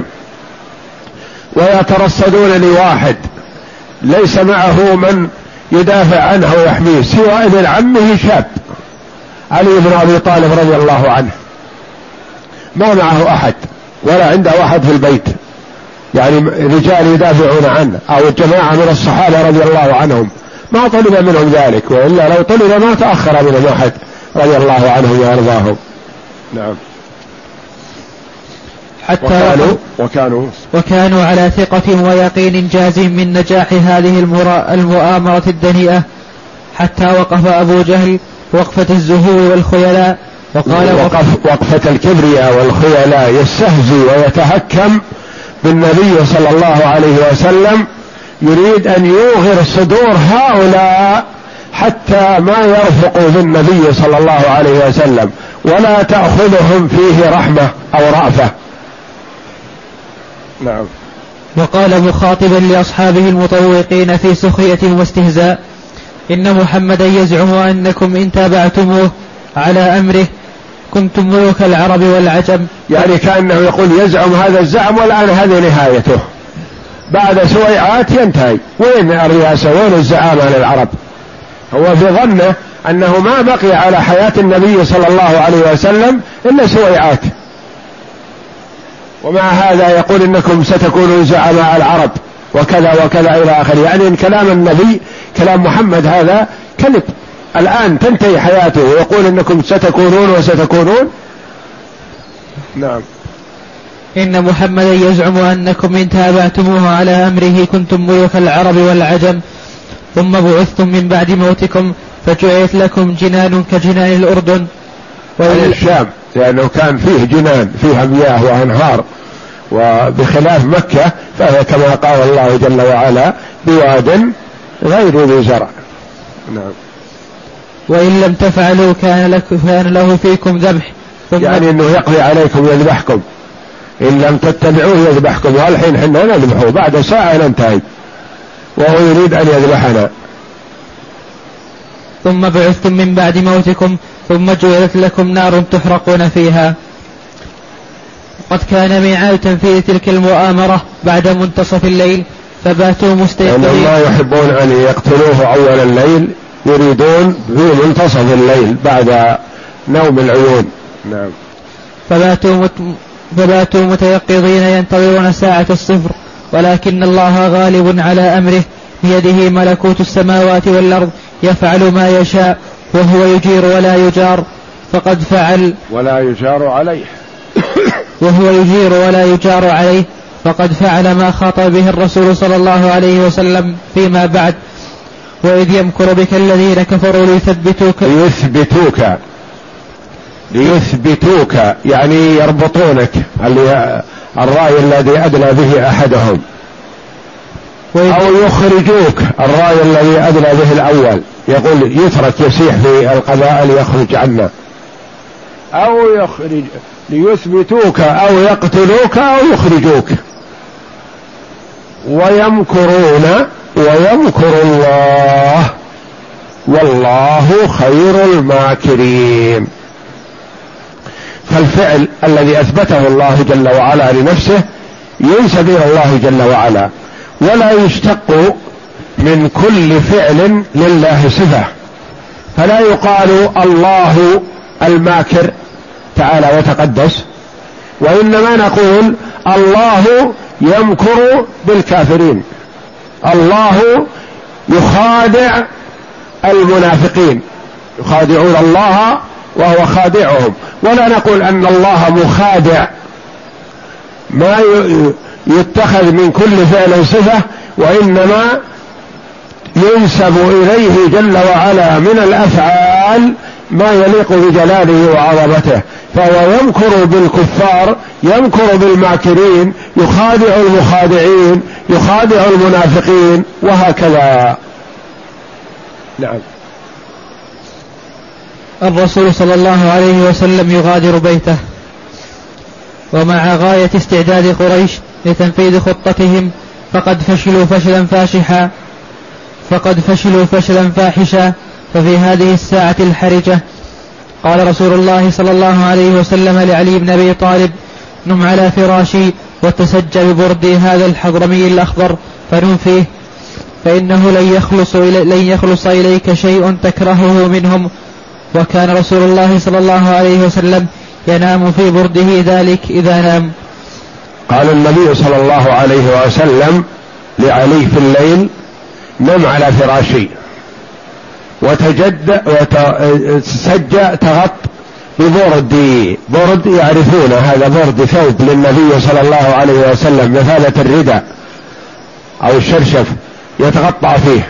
ويترصدون لواحد ليس معه من يدافع عنه ويحميه سوى ابن عمه شاب علي بن أبي طالب رضي الله عنه، ما معه أحد ولا عنده أحد في البيت، يعني رجال يدافعون عنه أو جماعة من الصحابة رضي الله عنهم، ما طلب منهم ذلك، وإلا لو طلب ما تأخر منهم أحد رضي الله عنهم وأرضاهم. نعم. حتى وكانوا, وكانوا, وكانوا على ثقة ويقين جازم من نجاح هذه المؤامرة الدنيئة، حتى وقف أبو جهل وقفة الزهو والخيلاء وقال: وقف وقفة الكبرياء والخيلاء، يستهزي ويتهكم بالنبي صلى الله عليه وسلم، يريد أن يوغر صدور هؤلاء حتى ما يرفقوا بالنبي صلى الله عليه وسلم ولا تأخذهم فيه رحمة أو رأفة. نعم. وقال مخاطبا لأصحابه المطوقين في سخرية واستهزاء: إن محمدا يزعم أنكم إن تابعتموه على أمره كنتم ملوك العرب والعجم. يعني كأنه يقول يزعم هذا الزعم والآن هذه نهايته، بعد سويعات ينتهي. وين الرئاسة؟ وين الزعامة للعرب؟ هو في ظنه أنه ما بقي على حياة النبي صلى الله عليه وسلم إلا سويعات، ومع هذا يقول إنكم ستكونوا زعماء العرب وكذا وكذا إلى آخره. يعني إن كلام النبي كلام محمد هذا كذب، الآن تنتهي حياته ويقول إنكم ستكونون وستكونون. نعم. إن محمدا يزعم أنكم إن تابعتموه على أمره كنتم ملوك العرب والعجم، ثم بعثتم من بعد موتكم فجعلت لكم جنان كجنان الأردن وإلى الشام، لأنه كان فيه جنان فيها مياه وأنهار، وبخلاف مكة فهي كما قال الله جل وعلا بواد غير ذي زرع. نعم. وإن لم تفعلوا كان, لك كان له فيكم ذبح، يعني أنه يقضي عليكم يذبحكم، إن لم تتبعوه يذبحكم، والحين حنا نذبحه بعد ساعة ننتهي وهو يريد أن يذبحنا. ثم بعثتم من بعد موتكم ثم جعلت لكم نار تحرقون فيها. قد كان ميعاد تنفيذ تلك المؤامرة بعد منتصف الليل فباتوا مستيقظين. لما يحبون أن يقتلوه أول الليل يريدون في منتصف الليل بعد نوم العيون. نعم. فباتوا, مت... فباتوا متيقظين ينتظرون ساعة الصفر، ولكن الله غالب على أمره بيده ملكوت السماوات والأرض يفعل ما يشاء وهو يجير ولا يجار فقد فعل ولا يجار عليه وهو يجير ولا يجار عليه فقد فعل ما خاطب به الرسول صلى الله عليه وسلم فيما بعد. وإذ يمكر بك الذين كفروا ليثبتوك ليثبتوك ليثبتوك يعني يربطونك، الرأي الذي أدلى به أحدهم، أو يخرجوك الرأي الذي أدلى به الأول، يقول يترك يسيح في القبائل يخرج عنا، أو يخرج ليثبتوك أو يقتلوك أو يخرجوك. ويمكرون ويمكر الله والله خير الماكرين. فالفعل الذي أثبته الله جل وعلا لنفسه ينسب إلى الله جل وعلا، ولا يشتق من كل فعل لله صفة، فلا يقال الله الماكر تعالى وتقدس، وإنما نقول الله يمكر بالكافرين، الله يخادع المنافقين، يخادعون الله وهو خادعهم. ولا نقول أن الله مخادع، ما يتخذ من كل فعل صفة، وإنما ينسب إليه جل وعلا من الأفعال ما يليق بجلاله وعظمته. فهو يمكر بالكفار، يمكر بالماكرين، يخادع المخادعين، يخادع المنافقين، وهكذا. نعم. الرسول صلى الله عليه وسلم يغادر بيته ومع غاية استعداد قريش لتنفيذ خطتهم، فقد فشلوا فشلا فاشحا فقد فشلوا فشلا فاحشا. ففي هذه الساعة الحرجة قال رسول الله صلى الله عليه وسلم لعلي بن أبي طالب: نم على فراشي وتسج ببردي هذا الحضرمي الأخضر فنم فيه، فإنه لن يخلص, لن يخلص إليك شيء تكرهه منهم. وكان رسول الله صلى الله عليه وسلم ينام في برده ذلك إذا نام. قال النبي صلى الله عليه وسلم لعلي في الليل: نم على فراشي وتجد وتسجى تغط ببردي. برد يعرفون هذا برد ثوب للنبي صلى الله عليه وسلم مثالة الرداء أو الشرشف يتغطى فيه،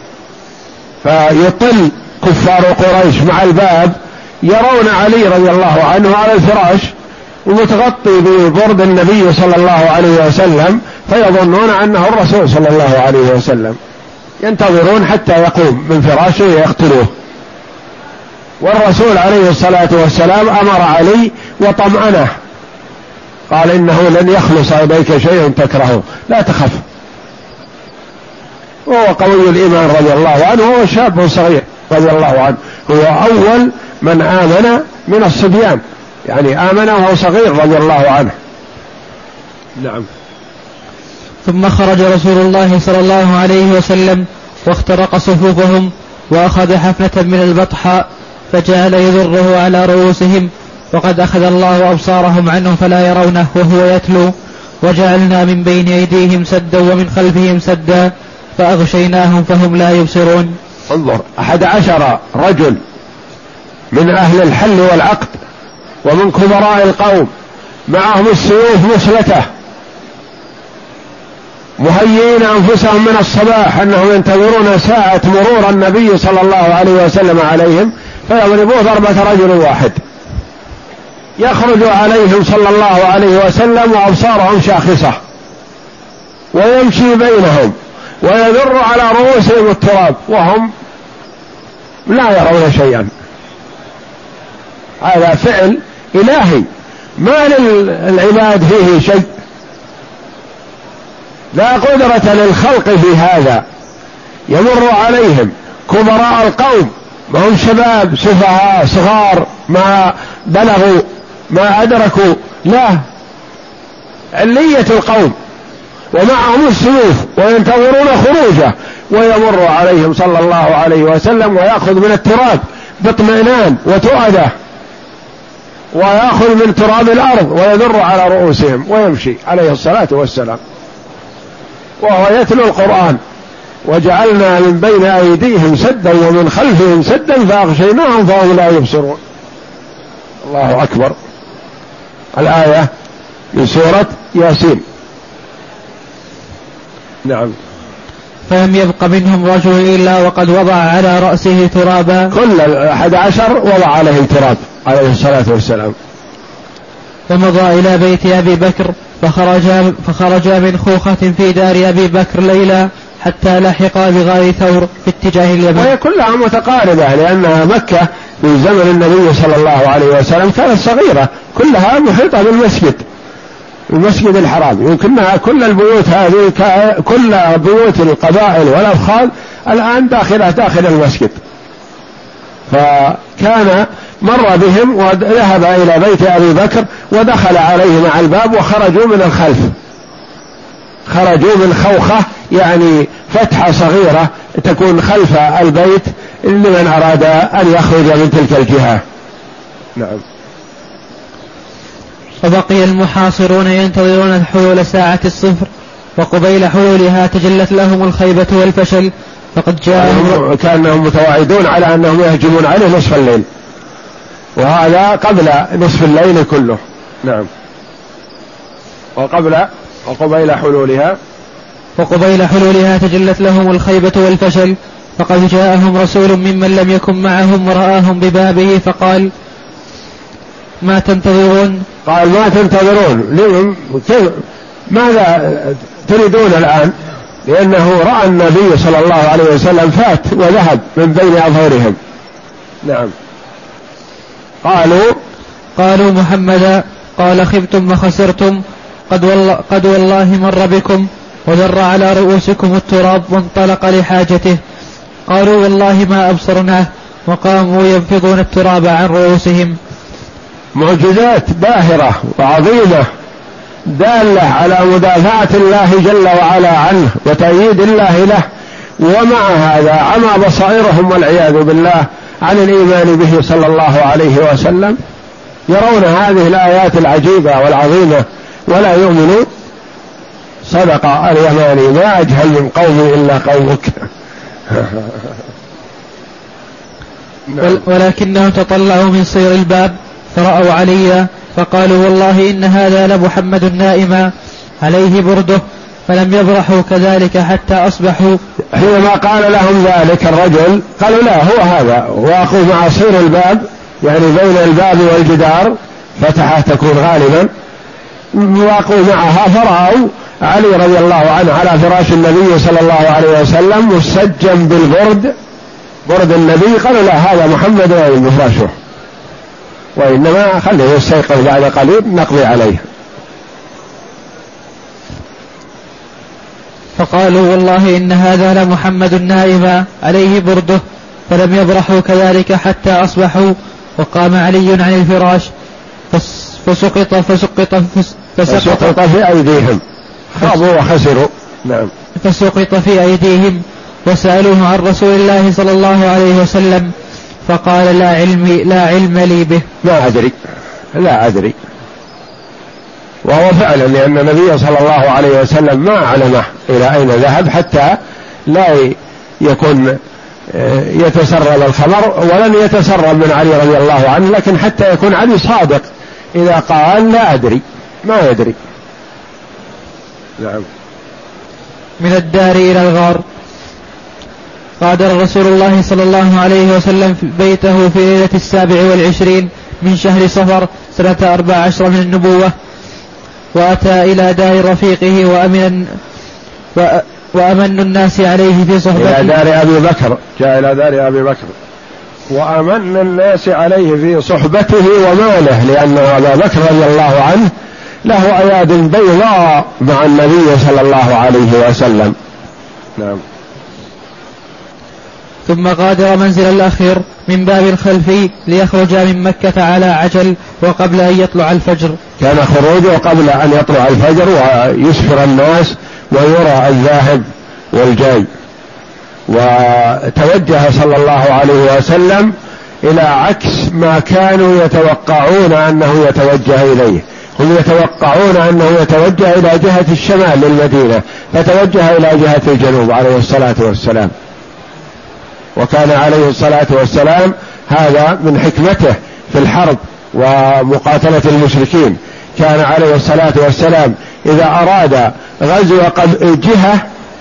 فيطل كفار قريش مع الباب يرون علي رضي الله عنه على الفراش ومتغطي ببرد النبي صلى الله عليه وسلم، فيظنون أنه الرسول صلى الله عليه وسلم، ينتظرون حتى يقوم من فراشه يقتلوه. والرسول عليه الصلاة والسلام أمر علي وطمأنه، قال: إنه لن يخلص إليك شيء تكرهه، لا تخف. وهو قوي الإيمان رضي الله عنه، وهو شاب صغير رضي الله عنه، هو أول من آمن من الصبيان، يعني آمن وهو صغير رضي الله عنه. نعم. ثم خرج رسول الله صلى الله عليه وسلم واخترق صفوفهم وأخذ حفنة من البطحاء فجعل يذره على رؤوسهم، وقد أخذ الله أبصارهم عنه فلا يرونه وهو يتلو. وجعلنا من بين أيديهم سدا ومن خلفهم سدا فأغشيناهم فهم لا يبصرون. انظر، أحد عشر رجل من أهل الحل والعقد ومن كبراء القوم معهم السيوف مسلته، مهيئين أنفسهم من الصباح أنهم ينتظرون ساعة مرور النبي صلى الله عليه وسلم عليهم، فيضربوه ضربة رجل واحد، يخرج عليهم صلى الله عليه وسلم وأبصارهم شاخصة، ويمشي بينهم ويذر على رؤوسهم التراب وهم لا يرون شيئا. هذا فعل إلهي ما للعباد فيه شيء، لا قدرة للخلق في هذا. يمر عليهم كبراء القوم ما هم شباب سفهاء صغار ما بلغوا ما أدركوا، لا، علية القوم ومعهم السيوف وينتظرون خروجه، ويمر عليهم صلى الله عليه وسلم ويأخذ من التراب باطمئنان وتؤده، ويأخذ من تراب الأرض ويذر على رؤوسهم ويمشي عليه الصلاة والسلام وهو يتلو القرآن. وجعلنا من بين أيديهم سدا ومن خلفهم سدا فأغشيناهم فهم لا يبصرون. الله أكبر. الآية من سورة ياسين. نعم. فلم يبق منهم رجل إلا وقد وضع على رأسه ترابا. كل أحد عشر وضع عليه تراب عليه الصلاة والسلام. فمضى إلى بيت أبي بكر فخرجا, فخرجا من خوخة في دار أبي بكر ليلا حتى لحقا بغار ثور في اتجاه اليمن. وهي كلها متقاربة لأنها مكة في زمن النبي صلى الله عليه وسلم كانت صغيرة، كلها محيطة بالمسجد المسجد الحرام، يمكنها كل البيوت هذه كل بيوت القبائل والأفخاذ الآن داخلة داخل المسجد. فكان مر بهم وذهب إلى بيت أبي بكر ودخل عليه مع الباب وخرجوا من الخلف، خرجوا من خوخة يعني فتحة صغيرة تكون خلف البيت لمن أراد أن يخرج من تلك الجهة. نعم. فبقي المحاصرون ينتظرون حلول ساعة الصفر، وقبيل حلولها تجلت لهم الخيبة والفشل، فقد جاءهم كانهم متواعدون على أنهم يهجمون عليه نصف الليل، وهذا قبل نصف الليل كله. نعم. وقبل وقبيل حلولها وقبيل حلولها تجلت لهم الخيبة والفشل، فقد جاءهم رسول ممن لم يكن معهم ورآهم ببابه فقال ما تنتظرون؟ قال ما تنتظرون؟ كيف ماذا تريدون الآن؟ لأنه رأى النبي صلى الله عليه وسلم فات وذهب من بين أظهرهم. نعم. قالوا قالوا محمدا. قال خبتم وخسرتم، قد والله, قد والله مر بكم وذر على رؤوسكم التراب وانطلق لحاجته. قالوا والله ما أبصرناه، وقاموا ينفضون التراب عن رؤوسهم. معجزات باهرة وعظيمة دالة على مدافعة الله جل وعلا عنه وتأييد الله له، ومع هذا عمى بصائرهم والعياذ بالله عن الإيمان به صلى الله عليه وسلم، يرون هذه الآيات العجيبة والعظيمة ولا يؤمنون. صدق اليماني ما أجهل من قومي إلا قومك. ولكنهم تطلعوا من صير الباب فرأوا عليا فقالوا والله إن هذا لمحمد نائما عليه برده، فلم يبرحوا كذلك حتى أصبحوا. حينما قال لهم ذلك الرجل قالوا لا هو هذا، وأخذ مع صير الباب يعني بين الباب والجدار فتحة تكون غالبا، وأخذ معها فرأوا علي رضي الله عنه على فراش النبي صلى الله عليه وسلم مسجا بالبرد، برد النبي. قالوا لا هذا محمد نائم بفراشه، وإنما خليه يستيقظ بعد قليل نقضي عليه. فقالوا والله إن هذا لمحمد نائما عليه برده، فلم يبرحوا كذلك حتى أصبحوا. وقام علي عن الفراش فسقط فسقط فسقط في أيديهم، خابوا وخسروا. نعم. فسقط في أيديهم وسألوه عن رسول الله صلى الله عليه وسلم فقال لا علم لا علم لي به، لا أدري لا أدري. وهو فعلا لأن النبي صلى الله عليه وسلم ما علمه إلى أين ذهب حتى لا يكون يتسرب الخبر، ولن يتسرب من علي رضي الله عنه، لكن حتى يكون علي صادق إذا قال لا أدري ما يدري. نعم. من الدار إلى الغار. غادر رسول الله صلى الله عليه وسلم بيته في ليلة السابع والعشرين من شهر صفر سنة أربع عشر من النبوة، وأتى إلى دار رفيقه وأمن وأمن الناس عليه في صحبته. إلى دار أبي بكر، جاء إلى دار أبي بكر وأمن الناس عليه في صحبته وماله، لأن أبا بكر رضي الله عنه له أياد بيضاء مع النبي صلى الله عليه وسلم. نعم. ثم غادر منزل الأخير من باب الخلفي ليخرج من مكة على عجل وقبل أن يطلع الفجر. كان خروجه قبل أن يطلع الفجر ويسفر الناس ويرى الذاهب والجاي. وتوجه صلى الله عليه وسلم إلى عكس ما كانوا يتوقعون أنه يتوجه إليه. هم يتوقعون أنه يتوجه إلى جهة الشمال للمدينة، فتوجه إلى جهة الجنوب عليه الصلاة والسلام. وكان عليه الصلاة والسلام هذا من حكمته في الحرب ومقاتلة المشركين. كان عليه الصلاة والسلام إذا أراد غزو جهة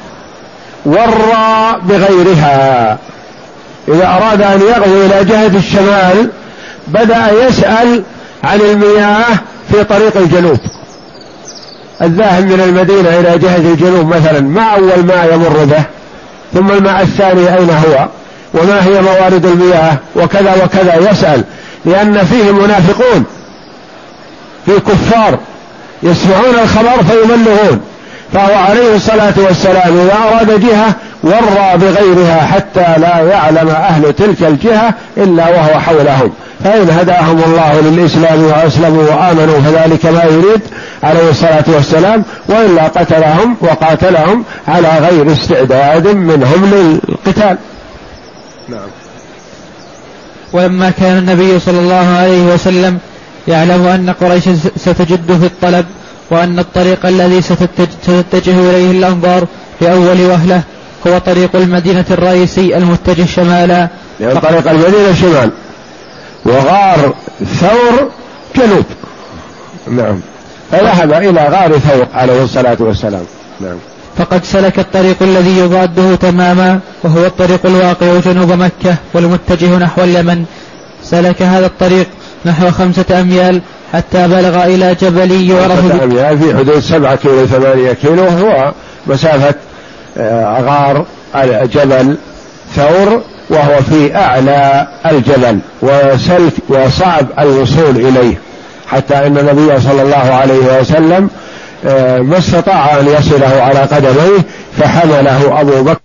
ورى بغيرها، إذا أراد أن يغزو إلى جهة الشمال بدأ يسأل عن المياه في طريق الجنوب، الذاهب من المدينة إلى جهة الجنوب مثلا ما أول ماء يمر به، ثم الماء الثاني أين هو، وما هي موارد المياه، وكذا وكذا يسأل، لأن فيه منافقون، فيه كفار يسمعون الخبر فيبلغون. فهو عليه الصلاة والسلام إذا أراد جهة ورى بغيرها حتى لا يعلم أهل تلك الجهة إلا وهو حولهم، فإن هداهم الله للإسلام وأسلموا وآمنوا فذلك ما يريد عليه الصلاة والسلام، وإلا قتلهم وقاتلهم على غير استعداد منهم للقتال. نعم. ولما كان النبي صلى الله عليه وسلم يعلم أن قريش ستجد في الطلب، وأن الطريق الذي ستتجه إليه الأنظار لأول وهلة هو طريق المدينة الرئيسي المتجه شمالا، يعني طريق المدينة شمال وغار ثور جنوب. نعم. فذهب إلى غار ثور عليه الصلاة والسلام. نعم. فقد سلك الطريق الذي يضاده تماما، وهو الطريق الواقع جنوب مكة والمتجه نحو اليمن. سلك هذا الطريق نحو خمسة أميال حتى بلغ إلى جبل يعرف خمسة أميال في حدود سبعة كيلو ثمانية كيلو، هو مسافة غار جبل ثور، وهو في أعلى الجبل وسلك وصعب الوصول إليه، حتى أن النبي صلى الله عليه وسلم ما استطاع أن يصله على قدميه، فحمله أبو بكر